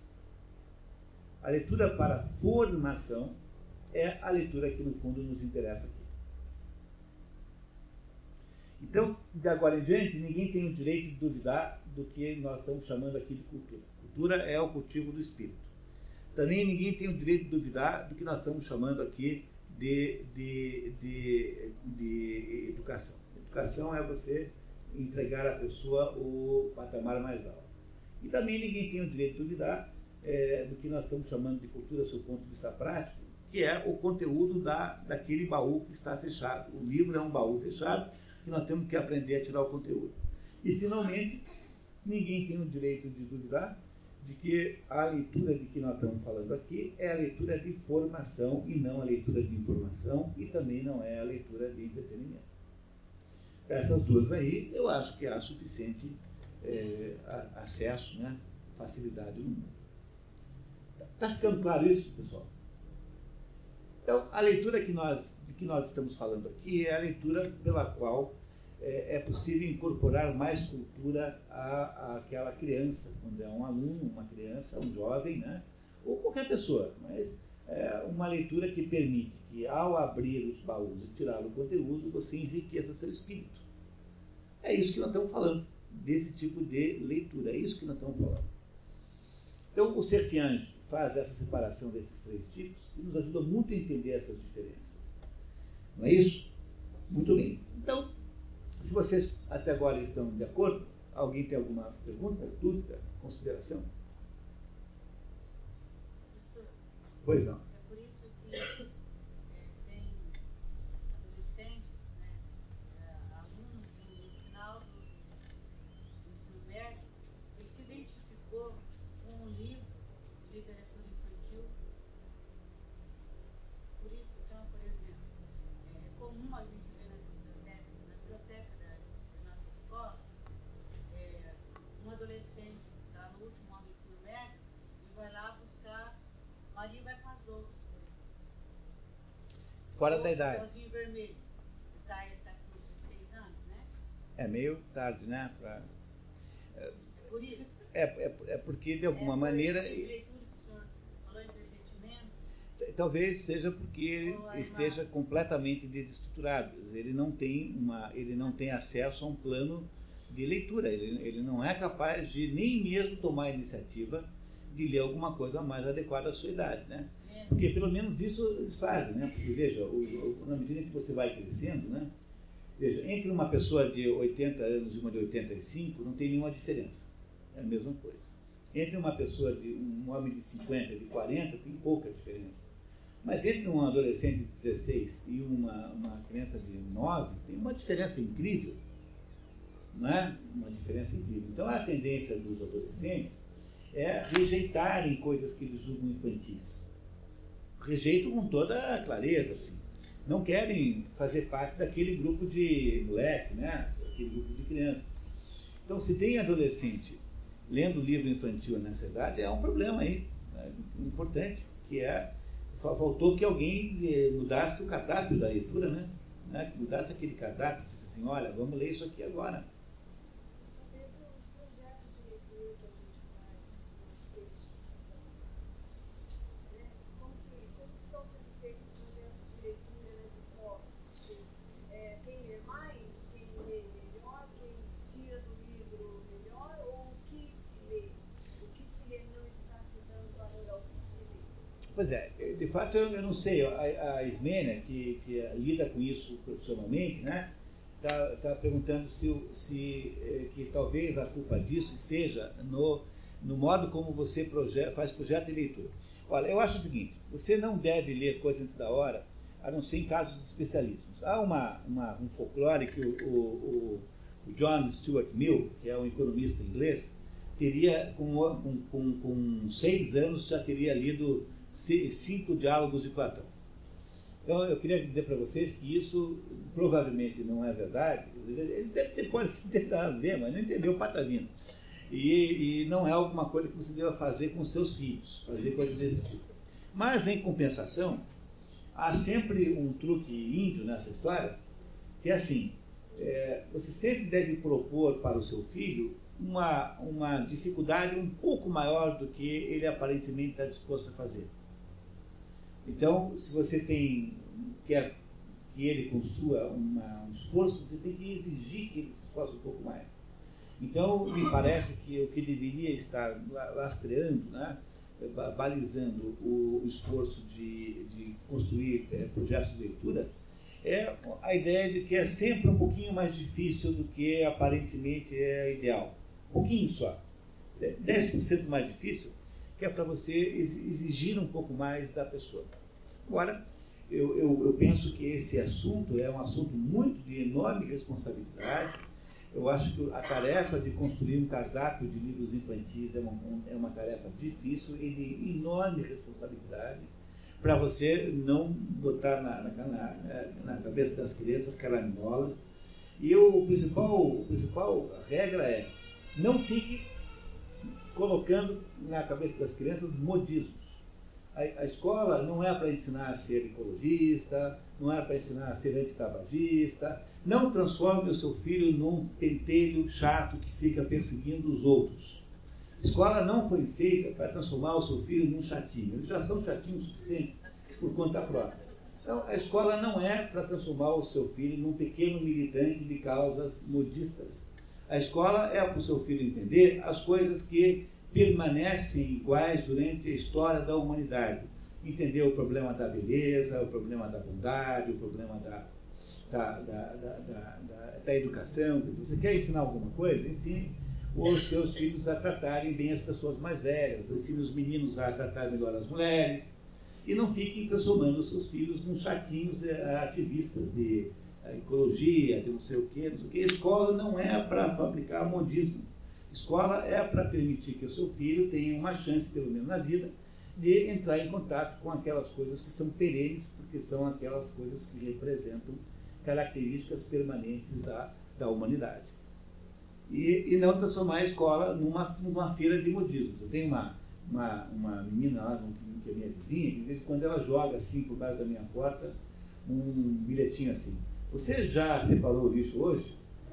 A leitura para formação é a leitura que, no fundo, nos interessa aqui. Então, de agora em diante, ninguém tem o direito de duvidar do que nós estamos chamando aqui de cultura. Cultura é o cultivo do espírito. Também ninguém tem o direito de duvidar do que nós estamos chamando aqui de, de, de, de educação. Educação é você entregar à pessoa o patamar mais alto. E também ninguém tem o direito de duvidar é, do que nós estamos chamando de cultura sob o ponto de vista prático, que é o conteúdo da, daquele baú que está fechado. O livro é um baú fechado que nós temos que aprender a tirar o conteúdo. E, finalmente, ninguém tem o direito de duvidar de que a leitura de que nós estamos falando aqui é a leitura de formação e não a leitura de informação, e também não é a leitura de entretenimento. Essas duas aí, eu acho que há suficiente é, acesso, né, facilidade no mundo. Está ficando claro isso, pessoal? Então, a leitura que nós, de que nós estamos falando aqui é a leitura pela qual é, é possível incorporar mais cultura à, àquela criança, quando é um aluno, uma criança, um jovem, né, ou qualquer pessoa, mas é uma leitura que permite que, ao abrir os baús e tirar o conteúdo, você enriqueça seu espírito. É isso que nós estamos falando. desse tipo de leitura. É isso que nós estamos falando. Então, o Serpiange faz essa separação desses três tipos e nos ajuda muito a entender essas diferenças. Não é isso? Muito bem. Então, se vocês até agora estão de acordo, alguém tem alguma pergunta, dúvida, consideração? Professor, pois não. É por isso que é, tem adolescentes, né, é, alunos no final do, do ensino médio, ele se identificou com um livro de literatura infantil. Por isso, então, por exemplo, é comum a gente ver nas bibliotecas, na biblioteca da, da nossa escola, é, um adolescente que está no último ano do ensino médio e vai lá buscar Maria vai com as outras, por exemplo. Fora Ou da idade. Chapeuzinho Vermelho, que está tá com dezesseis anos, né? É meio tarde, né? Pra... É por isso. É, é, é porque, de alguma é por maneira... essa leitura que o senhor falou em pressentimento. Talvez seja porque ele Ou é esteja uma... completamente desestruturado. Ele não tem, uma, ele não tem acesso a um plano de leitura. Ele, ele não é capaz de nem mesmo tomar a iniciativa de ler alguma coisa mais adequada à sua idade, né? É. Porque pelo menos isso eles fazem, né? Porque veja, o, o, na medida que você vai crescendo, né? Veja, entre uma pessoa de oitenta anos e uma de oitenta e cinco não tem nenhuma diferença. É a mesma coisa. Entre uma pessoa de um homem de cinquenta e de quarenta tem pouca diferença. Mas entre um adolescente de dezesseis e uma, uma criança de nove tem uma diferença incrível. Não é? Uma diferença incrível. Então a tendência dos adolescentes é rejeitarem coisas que eles julgam infantis. Rejeitam com toda a clareza, assim. Não querem fazer parte daquele grupo de moleque, né? Aquele grupo de criança. Então, se tem adolescente lendo livro infantil nessa idade, é um problema aí, né? Importante, que é, faltou que alguém mudasse o cardápio da leitura, né? Né? Que mudasse aquele cardápio, disse assim, olha, vamos ler isso aqui agora. Pois é, de fato eu, eu não sei, a, a Ismênia, que, que lida com isso profissionalmente, né, está tá perguntando se, se que talvez a culpa disso esteja no, no modo como você proje, faz projeto de leitura. Olha, eu acho o seguinte, você não deve ler coisas antes da hora, a não ser em casos de especialismos. Há uma, uma, um folclore que o, o, o John Stuart Mill, que é um economista inglês, teria, com, com, com, com seis anos, já teria lido cinco diálogos de Platão. Então eu queria dizer para vocês que isso provavelmente não é verdade. Ele deve ter, pode ter tentado ler, mas não entendeu patavina. E, e não é alguma coisa que você deva fazer com seus filhos, fazer coisas desse tipo. Mas em compensação, há sempre um truque índio nessa história, que é assim, é, você sempre deve propor para o seu filho uma, uma dificuldade um pouco maior do que ele aparentemente está disposto a fazer. Então, se você tem, quer que ele construa uma, um esforço, você tem que exigir que ele se esforce um pouco mais. Então, me parece que o que deveria estar lastreando, né, balizando o esforço de, de construir é, projetos de leitura, é a ideia de que é sempre um pouquinho mais difícil do que aparentemente é ideal. Um pouquinho só. dez por cento mais difícil, que é para você exigir um pouco mais da pessoa. Agora, eu, eu, eu penso que esse assunto é um assunto muito de enorme responsabilidade. Eu acho que a tarefa de construir um cardápio de livros infantis é uma, é uma tarefa difícil e de enorme responsabilidade para você não botar na, na, na, na cabeça das crianças caraminholas. E eu, o principal, a principal regra é não fique colocando na cabeça das crianças modismos. A, a escola não é para ensinar a ser ecologista, não é para ensinar a ser antitabagista. Não transforme o seu filho num pentelho chato que fica perseguindo os outros. A escola não foi feita para transformar o seu filho num chatinho. Eles já são chatinhos o suficiente por conta própria. Então, a escola não é para transformar o seu filho num pequeno militante de causas modistas. A escola é para o seu filho entender as coisas que permanecem iguais durante a história da humanidade. Entender o problema da beleza, o problema da bondade, o problema da, da, da, da, da, da, da educação. Você quer ensinar alguma coisa? Ensine os seus filhos a tratarem bem as pessoas mais velhas, ensine os meninos a tratar melhor as mulheres, e não fiquem transformando os seus filhos num chatinhos de, ativistas de ecologia, de não sei o quê, não sei o quê. Escola não é para fabricar modismo. Escola é para permitir que o seu filho tenha uma chance, pelo menos na vida, de entrar em contato com aquelas coisas que são perenes, porque são aquelas coisas que representam características permanentes da, da humanidade. E, e não transformar a escola numa, numa feira de modismos. Eu tenho uma, uma, uma menina lá, que é minha vizinha, que de vez em quando ela joga assim por baixo da minha porta um bilhetinho assim: você já separou o lixo hoje?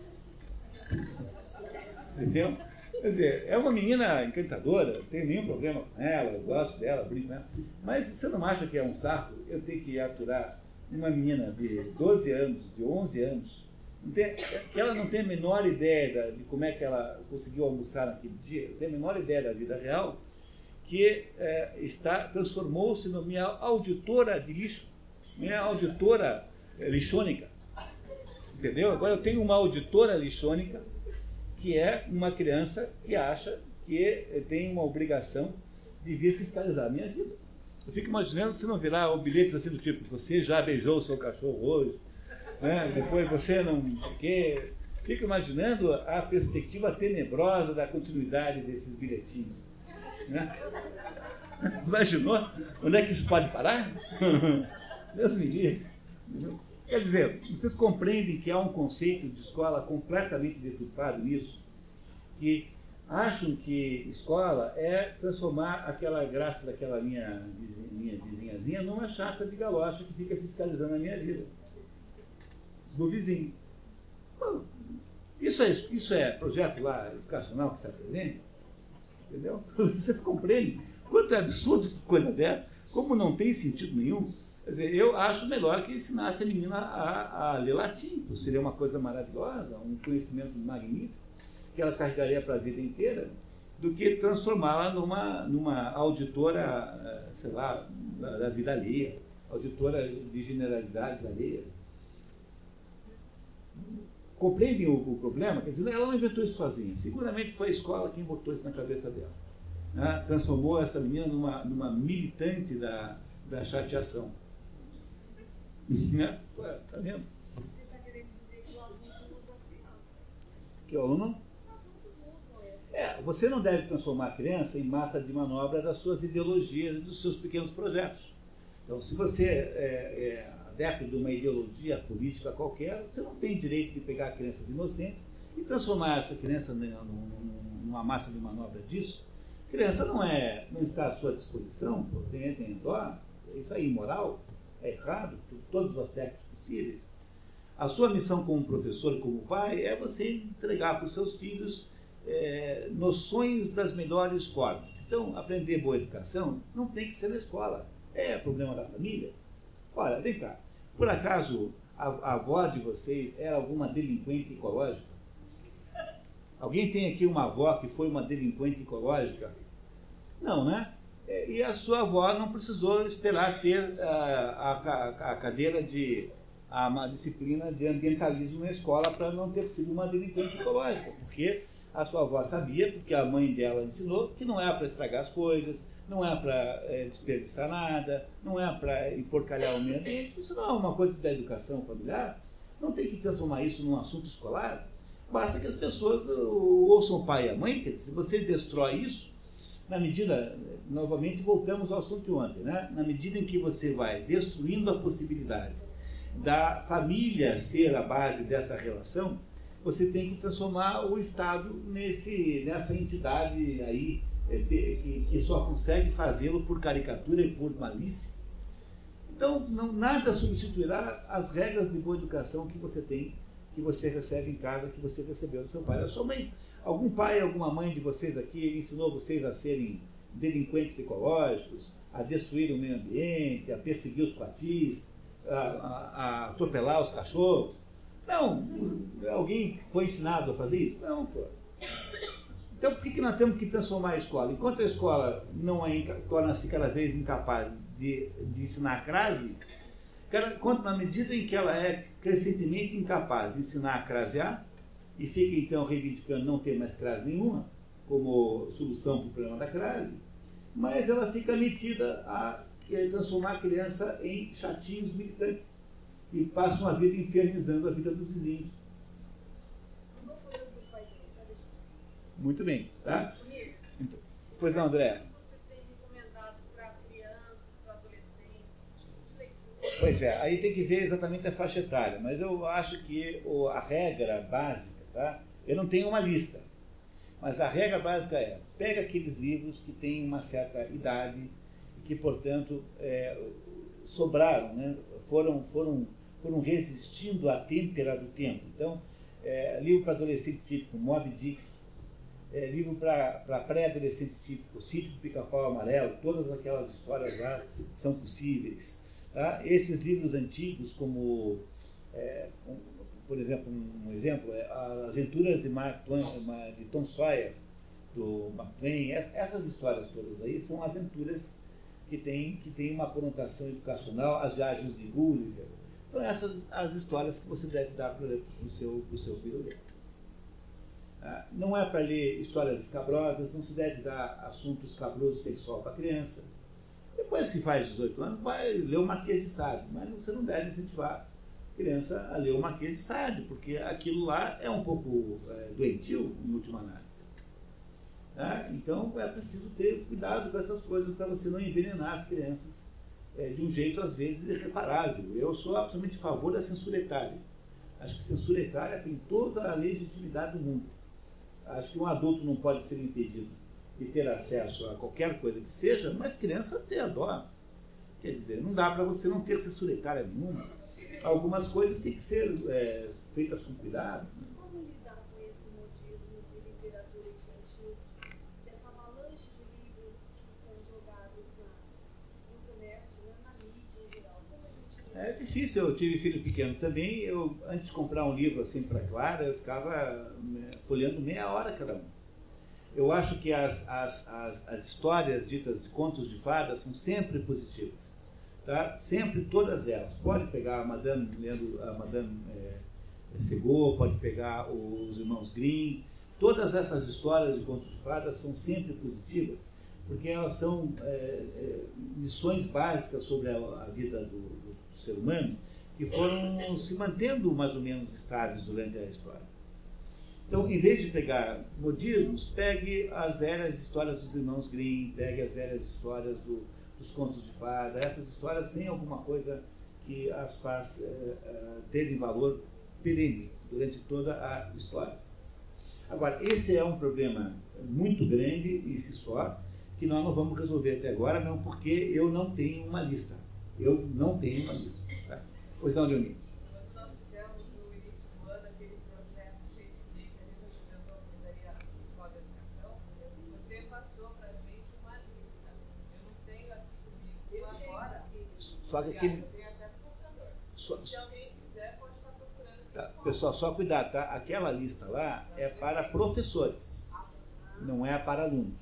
Entendeu? Quer dizer, é uma menina encantadora, não tenho nenhum problema com ela, eu gosto dela, brinco com ela, mas você não acha que é um saco eu ter que aturar uma menina de doze anos, de onze anos, não tem, que ela não tem a menor ideia de como é que ela conseguiu almoçar naquele dia, não tem a menor ideia da vida real, que é, está, transformou-se na minha auditora de lixo, minha auditora é, lixônica, entendeu? Agora eu tenho uma auditora lixônica, que é uma criança que acha que tem uma obrigação de vir fiscalizar a minha vida. Eu fico imaginando se não virar um bilhete assim do tipo: você já beijou o seu cachorro hoje, né? Depois você não sei o quê. Fico imaginando a perspectiva tenebrosa da continuidade desses bilhetinhos, né? Imaginou onde é que isso pode parar? Deus me livre. Quer dizer, vocês compreendem que há um conceito de escola completamente deturpado nisso, que acham que escola é transformar aquela graça daquela minha, minha vizinhazinha numa chata de galocha que fica fiscalizando a minha vida, do vizinho. Bom, isso é, isso é projeto lá educacional que se apresenta, entendeu? Vocês compreendem quanto é absurdo coisa dela, como não tem sentido nenhum. Quer dizer, eu acho melhor que ensinasse a menina a, a ler latim, seria uma coisa maravilhosa, um conhecimento magnífico, que ela carregaria para a vida inteira, do que transformá-la numa, numa auditora, sei lá, da, da vida alheia, auditora de generalidades alheias. Compreendem o, o problema? Quer dizer, ela não inventou isso sozinha, seguramente foi a escola quem botou isso na cabeça dela, né? Transformou essa menina numa, numa militante da, da chateação. Né? Ué, tá vendo? Você está querendo dizer que o aluno usa a criança? Que o aluno? É, você não deve transformar a criança em massa de manobra das suas ideologias e dos seus pequenos projetos. Então, se você é, é adepto de uma ideologia política qualquer, você não tem direito de pegar crianças inocentes e transformar essa criança numa massa de manobra disso. A criança não, é, não está à sua disposição, tem, tem dó, isso é imoral, é errado, por todos os aspectos possíveis. A sua missão como professor e como pai é você entregar para os seus filhos é, noções das melhores formas. Então, aprender boa educação não tem que ser na escola, é problema da família. Olha, vem cá, por acaso a, a avó de vocês era alguma delinquente ecológica? Alguém tem aqui uma avó que foi uma delinquente ecológica? Não, né? E a sua avó não precisou esperar ter a, a, a cadeira de a, uma disciplina de ambientalismo na escola para não ter sido uma delinquente ecológica, porque a sua avó sabia, porque a mãe dela ensinou, que não é para estragar as coisas, não é para é, desperdiçar nada, não é para enporcalhar o meio ambiente. Isso não é uma coisa da educação familiar, não tem que transformar isso num assunto escolar. Basta que as pessoas ouçam o pai e a mãe, porque se você destrói isso, na medida, novamente voltamos ao assunto de ontem, né? Na medida em que você vai destruindo a possibilidade da família ser a base dessa relação, você tem que transformar o Estado nesse, nessa entidade aí é, que, que só consegue fazê-lo por caricatura e por malícia. Então, não, nada substituirá as regras de boa educação que você tem, que você recebe em casa, que você recebeu do seu pai, da sua mãe. Algum pai, alguma mãe de vocês aqui ensinou vocês a serem delinquentes ecológicos, a destruir o meio ambiente, a perseguir os coatis, a, a, a atropelar os cachorros? Não, alguém foi ensinado a fazer isso? Não, pô. Então por que, que nós temos que transformar a escola? Enquanto a escola não é, torna-se cada vez incapaz de, de ensinar a crase, enquanto na medida em que ela é crescentemente incapaz de ensinar a crasear, e fica então reivindicando não ter mais crase nenhuma, como solução para o problema da crase, mas ela fica metida a transformar a criança em chatinhos militantes, que passam a vida infernizando a vida dos vizinhos. Muito bem, tá? Então, pois não, André? Você tem recomendado para crianças, para adolescentes, que tipo de leitura? Pois é, aí tem que ver exatamente a faixa etária, mas eu acho que a regra básica, tá? Eu não tenho uma lista, mas a regra básica é, pega aqueles livros que têm uma certa idade e que, portanto, é, sobraram, né? foram, foram, foram resistindo à têmpera do tempo. Então, é, livro para adolescente típico, Moby Dick, é, livro para pré-adolescente típico, Sítio do Pica-Pau Amarelo, todas aquelas histórias lá são possíveis. Tá? Esses livros antigos, como, é, um, por exemplo, um, um exemplo, é As Aventuras de, Mark Twain, de Tom Sawyer, do Mark Twain, essas histórias todas aí são aventuras que têm que tem uma conotação educacional, As Viagens de Gulliver. Então, essas as histórias que você deve dar para o seu, pro seu filho ler. Não é para ler histórias escabrosas, não se deve dar assunto escabroso sexual para a criança. Depois que faz dezoito anos, vai ler o Marquês de Sade, mas você não deve incentivar a criança a ler o Marquês de Sade, porque aquilo lá é um pouco é, doentio, em última análise. Tá? Então é preciso ter cuidado com essas coisas para você não envenenar as crianças é, de um jeito, às vezes, irreparável. Eu sou absolutamente a favor da censura etária. Acho que a censura etária tem toda a legitimidade do mundo. Acho que um adulto não pode ser impedido de ter acesso a qualquer coisa que seja, mas criança tem a dó. Quer dizer, não dá para você não ter censura etária nenhuma. Algumas coisas têm que ser é, feitas com cuidado. Né? Como lidar com esse modismo de literatura infantil, dessa avalanche de livros que são jogados na, no comércio, né, na mídia em geral? Como a gente lida? É difícil, eu tive filho pequeno também. Eu, antes de comprar um livro assim para Clara, eu ficava folheando meia hora cada um. Eu acho que as, as, as, as histórias ditas de contos de fadas são sempre positivas. Tá? Sempre, todas elas. Pode pegar a Madame, lendo a Madame é, Segot, pode pegar os Irmãos Grimm. Todas essas histórias de contos de fadas são sempre positivas, porque elas são é, é, lições básicas sobre a, a vida do, do, do ser humano, que foram se mantendo mais ou menos estáveis durante a história. Então, em vez de pegar modismos, pegue as velhas histórias dos Irmãos Grimm, pegue as velhas histórias do, dos contos de fada. Essas histórias têm alguma coisa que as faz é, é, terem valor perene durante toda a história. Agora, esse é um problema muito grande e si só, que nós não vamos resolver até agora, mesmo porque eu não tenho uma lista. Eu não tenho uma lista. Tá? Pois não, Leonir. Quando nós fizemos no início do ano aquele projeto cheio de que a gente apresentou a Secretaria de Escola de Educação, você passou para a gente uma lista. Eu não tenho aqui comigo agora. Só que aquele... Eu tenho até no computador. Só... Se alguém quiser, pode estar procurando. Tá. Pessoal, só cuidado, tá? Aquela lista lá é para professores, não é para alunos.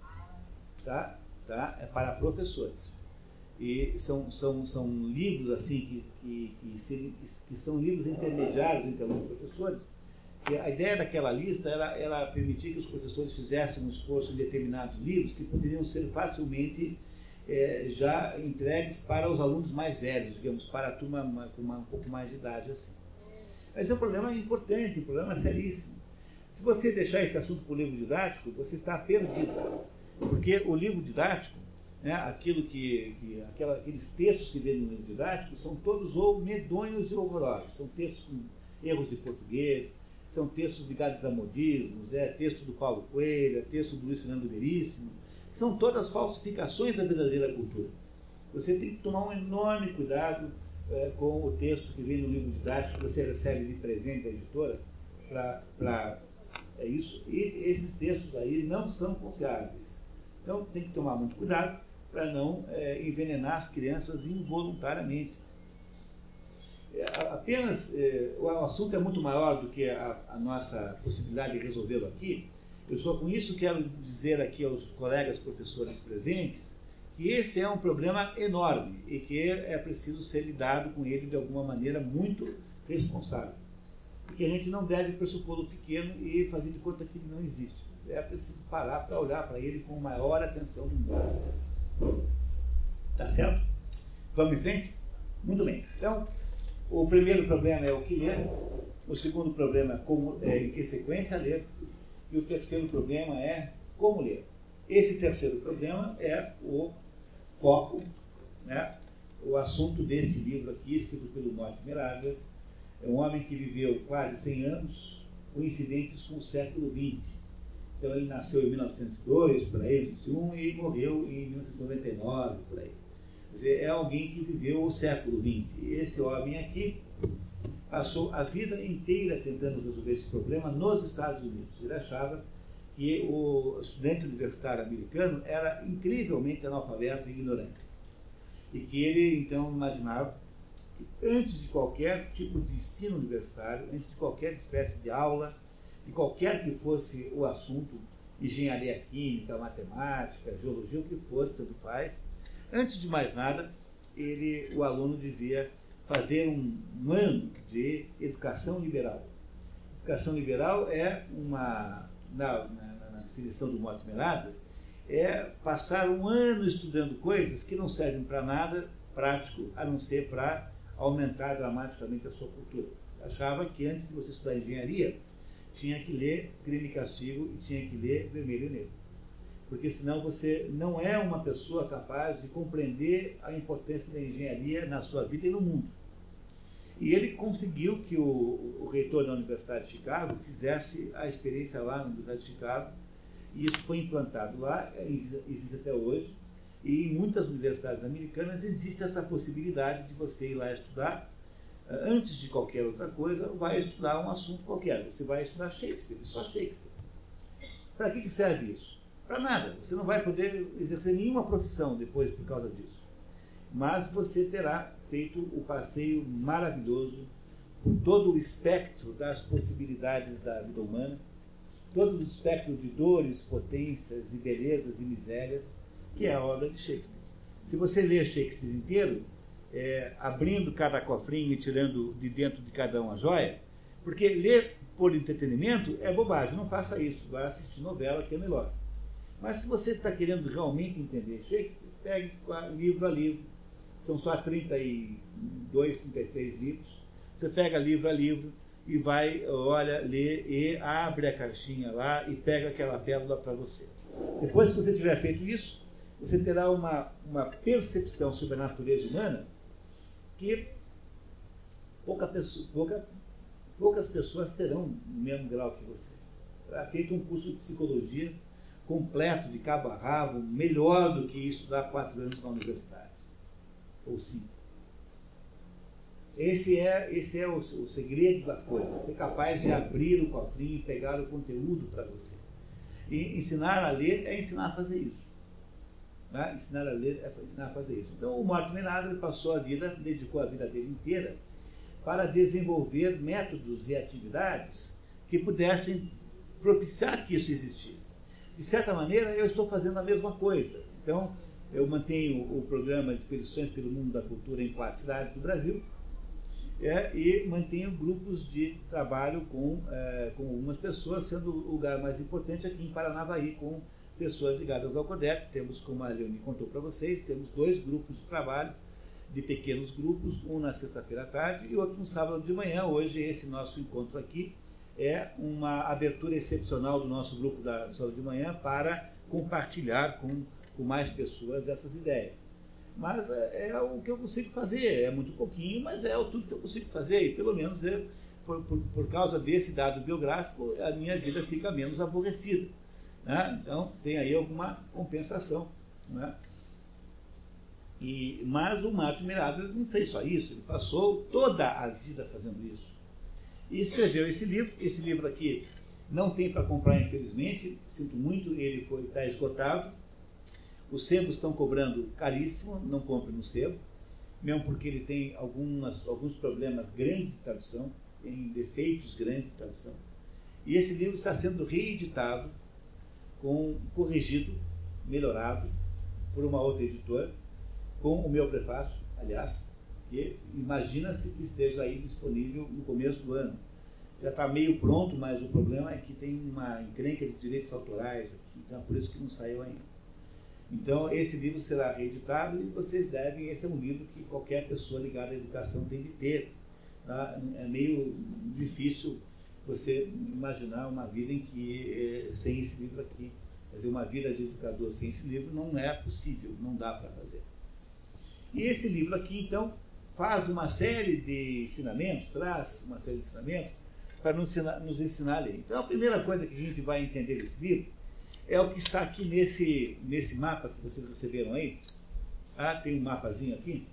Tá? Tá? É para professores. E são, são, são livros assim que, que, que, se, que são livros intermediários entre alunos e professores. E a ideia daquela lista era, era permitir que os professores fizessem um esforço em determinados livros que poderiam ser facilmente é, já entregues para os alunos mais velhos, digamos, para a turma com uma, um pouco mais de idade assim. Mas é um problema importante, um problema seríssimo. Se você deixar esse assunto para o livro didático, você está perdido. Porque o livro didático, né, aquilo que, que, aquela, aqueles textos que vêm no livro didático, são todos ou medonhos e horrorosos. São textos com erros de português, são textos ligados a modismos, é texto do Paulo Coelho, é texto do Luiz Fernando Veríssimo. São todas falsificações da verdadeira cultura. Você tem que tomar um enorme cuidado é, com o texto que vem no livro didático que você recebe de presente da editora para... É isso. E esses textos aí não são confiáveis. Então tem que tomar muito cuidado para não é, envenenar as crianças involuntariamente. Apenas, eh, o assunto é muito maior do que a, a nossa possibilidade de resolvê-lo aqui. Eu só com isso quero dizer aqui aos colegas professores presentes que esse é um problema enorme e que é preciso ser lidado com ele de alguma maneira muito responsável. E que a gente não deve pressupô-lo pequeno e fazer de conta que ele não existe. É preciso parar para olhar para ele com maior atenção do mundo. Tá certo? Vamos em frente? Muito bem. Então, o primeiro problema é o que ler, o segundo problema é, como, é em que sequência ler, e o terceiro problema é como ler. Esse terceiro problema é o foco, né, o assunto deste livro aqui, escrito pelo Mortimer Adler. É um homem que viveu quase cem anos, coincidentes com o século vinte. Então ele nasceu em mil novecentos e dois, por aí, mil novecentos e um, e morreu em mil novecentos e noventa e nove, por aí. Quer dizer, é alguém que viveu o século vinte. E esse homem aqui passou a vida inteira tentando resolver esse problema nos Estados Unidos. Ele achava que o estudante universitário americano era incrivelmente analfabeto e ignorante. E que ele, então, imaginava que antes de qualquer tipo de ensino universitário, antes de qualquer espécie de aula, de qualquer que fosse o assunto, engenharia química, matemática, geologia, o que fosse, tanto faz, antes de mais nada, ele, o aluno devia fazer um, um ano de educação liberal. Educação liberal é uma, na, na, na definição do Mortimer Adler, é passar um ano estudando coisas que não servem para nada prático, a não ser para aumentar dramaticamente a sua cultura. Achava que antes de você estudar engenharia, tinha que ler Crime e Castigo e tinha que ler Vermelho e Negro. Porque senão você não é uma pessoa capaz de compreender a importância da engenharia na sua vida e no mundo. E ele conseguiu que o, o reitor da Universidade de Chicago fizesse a experiência lá na Universidade de Chicago, e isso foi implantado lá, existe até hoje, e em muitas universidades americanas existe essa possibilidade de você ir lá estudar, antes de qualquer outra coisa, vai estudar um assunto qualquer. Você vai estudar Shakespeare, só Shakespeare. Para que serve isso? Para nada. Você não vai poder exercer nenhuma profissão depois por causa disso. Mas você terá feito o passeio maravilhoso por todo o espectro das possibilidades da vida humana, todo o espectro de dores, potências e belezas e misérias, que é a obra de Shakespeare. Se você ler Shakespeare inteiro, é, abrindo cada cofrinho e tirando de dentro de cada um a joia, porque ler por entretenimento é bobagem, não faça isso, vai assistir novela que é melhor. Mas se você está querendo realmente entender Shakespeare, pegue livro a livro, são só trinta e dois, trinta e três livros, você pega livro a livro e vai, olha, lê e abre a caixinha lá e pega aquela pérola para você. Depois que você tiver feito isso, você terá uma, uma percepção sobre a natureza humana que pouca pessoa, pouca, poucas pessoas terão no mesmo grau que você. Terá feito um curso de psicologia completo, de cabo a rabo, melhor do que estudar quatro anos na universidade. Ou cinco. Esse é, esse é o, o segredo da coisa, ser capaz de abrir o cofrinho e pegar o conteúdo para você. E ensinar a ler é ensinar a fazer isso. Né? Ensinar a ler é ensinar a fazer isso. Então o Mortimer Adler passou a vida, dedicou a vida dele inteira para desenvolver métodos e atividades que pudessem propiciar que isso existisse. De certa maneira, eu estou fazendo a mesma coisa. Então, eu mantenho o programa de expedições pelo mundo da cultura em quatro cidades do Brasil, é, e mantenho grupos de trabalho com, é, com algumas pessoas, sendo o lugar mais importante aqui em Paranavaí, com pessoas ligadas ao CODEP. Temos, como a Leone contou para vocês, temos dois grupos de trabalho, de pequenos grupos, um na sexta-feira à tarde e outro no sábado de manhã. Hoje, esse nosso encontro aqui é uma abertura excepcional do nosso grupo da sábado de manhã para compartilhar com, com mais pessoas essas ideias. Mas é, é o que eu consigo fazer, é muito pouquinho, mas é o tudo que eu consigo fazer, e pelo menos eu, por, por, por causa desse dado biográfico, a minha vida fica menos aborrecida. Né? Então, tem aí alguma compensação. Né? E, mas o Mortimer Adler não fez só isso, ele passou toda a vida fazendo isso. E escreveu esse livro. Esse livro aqui não tem para comprar, infelizmente, sinto muito, ele foi, está esgotado. Os sebos estão cobrando caríssimo, não compre no sebo. mesmo porque ele tem algumas, alguns problemas grandes de tradução, tem defeitos grandes de tradução. E esse livro está sendo reeditado, com, corrigido, melhorado, por uma outra editora, com o meu prefácio, aliás, que imagina-se que esteja aí disponível no começo do ano. Já está meio pronto, mas o problema é que tem uma encrenca de direitos autorais aqui, então é por isso que não saiu ainda. Então, esse livro será reeditado e vocês devem, esse é um livro que qualquer pessoa ligada à educação tem de ter. Tá? É meio difícil você imaginar uma vida em que, sem esse livro aqui, quer dizer, uma vida de educador sem esse livro não é possível, não dá para fazer. E esse livro aqui, então, faz uma série de ensinamentos, traz uma série de ensinamentos para nos ensinar, nos ensinar a ler. Então, a primeira coisa que a gente vai entender desse livro é o que está aqui nesse, nesse mapa que vocês receberam aí. Ah, tem um mapazinho aqui.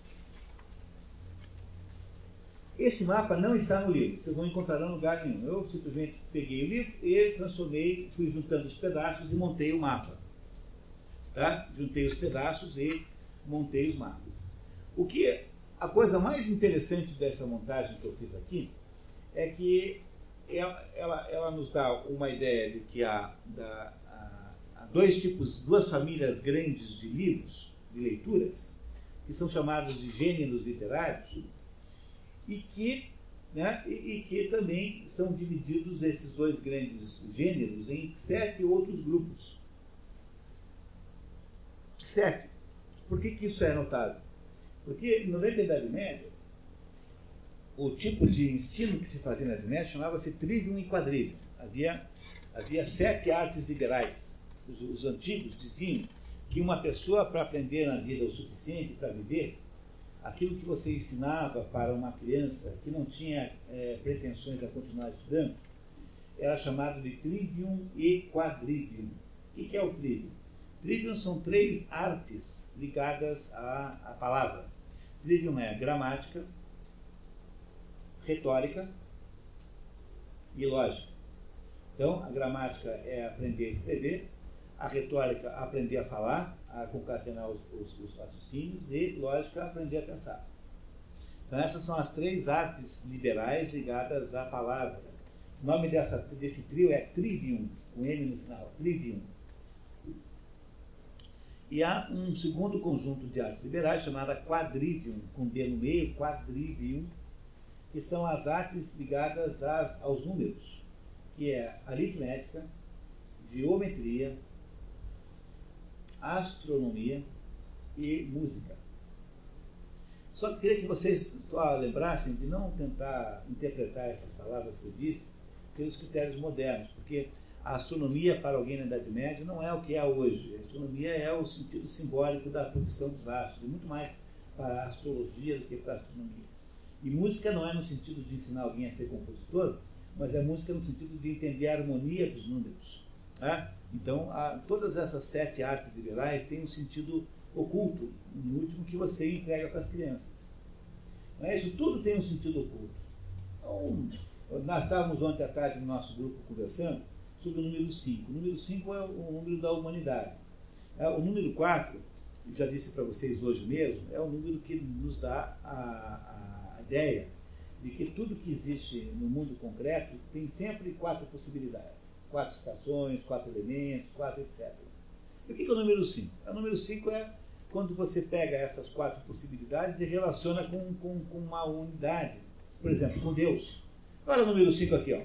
Esse mapa não está no livro, vocês não encontrarão em lugar nenhum. Eu simplesmente peguei o livro e transformei, fui juntando os pedaços e montei o mapa. Tá? Juntei os pedaços e montei os mapas. O que, a coisa mais interessante dessa montagem que eu fiz aqui é que ela, ela, ela nos dá uma ideia de que há, da, há, há dois tipos, duas famílias grandes de livros, de leituras, que são chamados de gêneros literários, e que, né, e, e que também são divididos esses dois grandes gêneros em sete outros grupos. Sete. Por que, que isso é notável? Porque durante a Idade Média, o tipo de ensino que se fazia na Idade Média chamava-se trivium e quadrivium. Havia, havia sete artes liberais. Os, os antigos diziam que uma pessoa, para aprender na vida o suficiente para viver, aquilo que você ensinava para uma criança que não tinha é, pretensões a continuar estudando, era chamado de trivium e quadrivium. O que é o trivium? Trivium são três artes ligadas à, à palavra. Trivium é gramática, retórica e lógica. Então, a gramática é aprender a escrever, a retórica aprender a falar, a concatenar os, os, os raciocínios, e lógica aprender a pensar. Então, essas são as três artes liberais ligadas à palavra. O nome dessa, desse trio é trivium, com M no final, trivium. E há um segundo conjunto de artes liberais chamada quadrivium, com D no meio, quadrivium, que são as artes ligadas às, aos números, que é aritmética, geometria, astronomia e música. Só que eu queria que vocês lembrassem de não tentar interpretar essas palavras que eu disse pelos critérios modernos, porque a astronomia para alguém na Idade Média não é o que é hoje. A astronomia é o sentido simbólico da posição dos astros, é muito mais para a astrologia do que para a astronomia. E música não é no sentido de ensinar alguém a ser compositor, mas é música no sentido de entender a harmonia dos números. Tá? Então, a, todas essas sete artes liberais têm um sentido oculto, no último, que você entrega para as crianças. Não é? Isso tudo tem um sentido oculto. Então, nós estávamos ontem à tarde no nosso grupo conversando sobre o número cinco. O número cinco é o número da humanidade. O número quatro, já disse para vocês hoje mesmo, é o número que nos dá a, a ideia de que tudo que existe no mundo concreto tem sempre quatro possibilidades. Quatro estações, quatro elementos, quatro etcétera. E o que é o número cinco? O número cinco é quando você pega essas quatro possibilidades e relaciona com, com, com uma unidade. Por exemplo, com Deus. Olha o número cinco aqui, ó.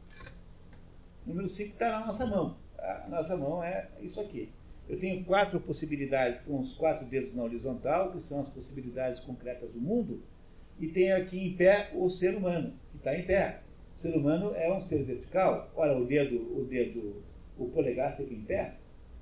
O número cinco está na nossa mão. A nossa mão é isso aqui. Eu tenho quatro possibilidades com os quatro dedos na horizontal, que são as possibilidades concretas do mundo, e tenho aqui em pé o ser humano, que está em pé. O ser humano é um ser vertical. Olha, o dedo, o dedo, o polegar fica em pé.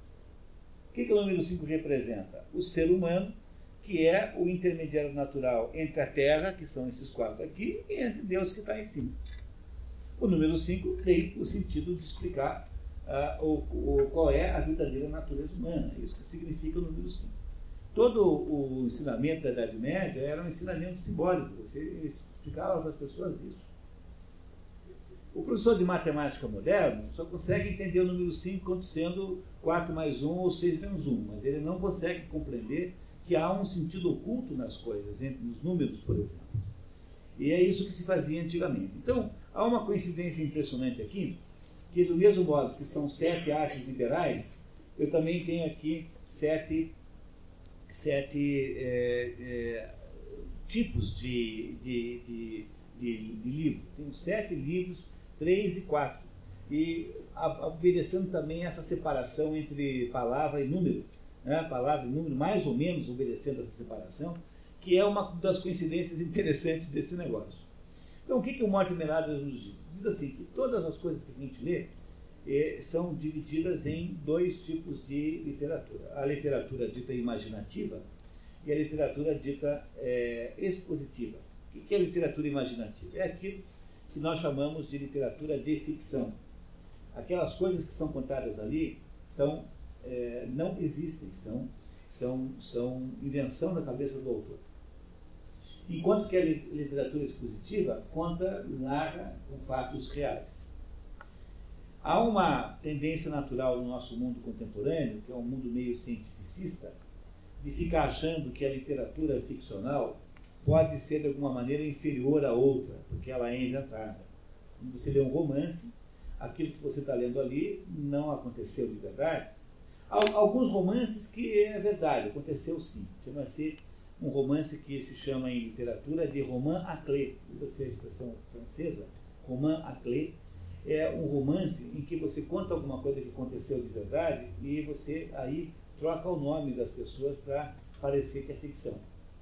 O que, que o número cinco representa? O ser humano, que é o intermediário natural entre a Terra, que são esses quatro aqui, e entre Deus, que está em cima. O número cinco tem o sentido de explicar uh, o, o, qual é a verdadeira natureza humana. Isso que significa o número cinco. Todo o ensinamento da Idade Média era um ensinamento simbólico. Você explicava para as pessoas isso. O professor de matemática moderno só consegue entender o número cinco como sendo quatro mais um ou seis menos um, mas ele não consegue compreender que há um sentido oculto nas coisas, nos números, por exemplo. E é isso que se fazia antigamente. Então, há uma coincidência impressionante aqui, que do mesmo modo que são sete artes liberais, eu também tenho aqui sete, sete é, é, tipos de, de, de, de, de livro. Tenho sete livros, três e quatro. E obedecendo também essa separação entre palavra e número, né? Palavra e número, mais ou menos obedecendo essa separação, que é uma das coincidências interessantes desse negócio. Então, o que, que o Mortimer Adler nos diz? Diz assim, que todas as coisas que a gente lê eh, são divididas em dois tipos de literatura. A literatura dita imaginativa e a literatura dita eh, expositiva. O que, que é literatura imaginativa? É aquilo que nós chamamos de literatura de ficção. Aquelas coisas que são contadas ali são, é, não existem, são, são, são invenção da cabeça do autor. Enquanto que a literatura expositiva conta, narra com fatos reais. Há uma tendência natural no nosso mundo contemporâneo, que é um mundo meio cientificista, de ficar achando que a literatura ficcional pode ser de alguma maneira inferior à outra, porque ela é inventada. Quando você lê um romance, aquilo que você está lendo ali não aconteceu de verdade. Há alguns romances que é verdade, aconteceu sim. Chama-se um romance que se chama em literatura de roman à clé. Usa-se a expressão francesa, roman à clé. É um romance em que você conta alguma coisa que aconteceu de verdade e você aí troca o nome das pessoas para parecer que é ficção.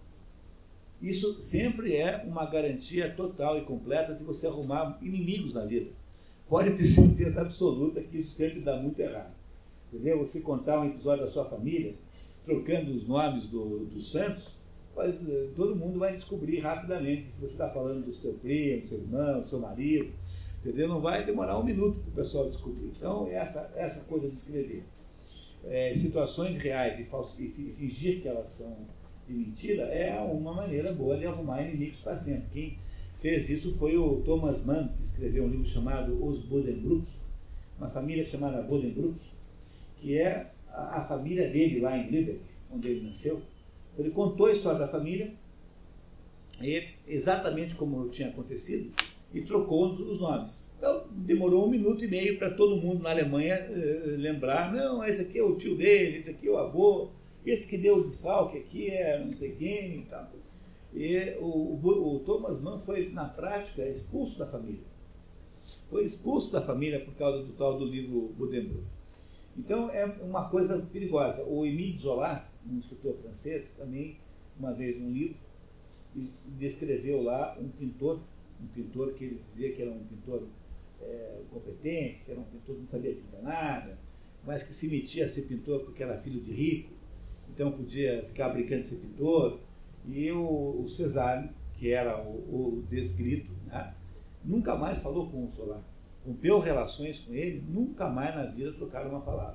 Isso sempre é uma garantia total e completa de você arrumar inimigos na vida. Pode ter certeza absoluta que isso sempre dá muito errado. Entendeu? Você contar um episódio da sua família, trocando os nomes do, dos santos, mas, todo mundo vai descobrir rapidamente que você está falando do seu primo, do seu irmão, do seu marido. Entendeu? Não vai demorar um minuto para o pessoal descobrir. Então, essa, essa coisa de escrever é, situações reais e, falso, e fingir que elas são de mentira é uma maneira boa de arrumar inimigos para sempre. Quem fez isso foi o Thomas Mann, que escreveu um livro chamado Os Buddenbrook, uma família chamada Buddenbrook, que é a, a família dele lá em Lübeck, onde ele nasceu. Ele contou a história da família, e, exatamente como tinha acontecido, e trocou os nomes. Então, demorou um minuto e meio para todo mundo na Alemanha eh, lembrar, não, esse aqui é o tio dele, esse aqui é o avô, esse que deu o desfalque aqui é não sei quem e tal. E o, o, o Thomas Mann foi, na prática, expulso da família. Foi expulso da família por causa do tal do livro Buddenbrook. Então, é uma coisa perigosa. O Émile Zola, um escritor francês, também, uma vez num livro, descreveu lá um pintor, um pintor que ele dizia que era um pintor é, competente, que era um pintor que não sabia pintar nada, mas que se metia a ser pintor porque era filho de rico, então podia ficar brincando de ser pintor. E o, o César, que era o, o descrito, né, nunca mais falou com o Zola, rompeu relações com ele, nunca mais na vida trocaram uma palavra.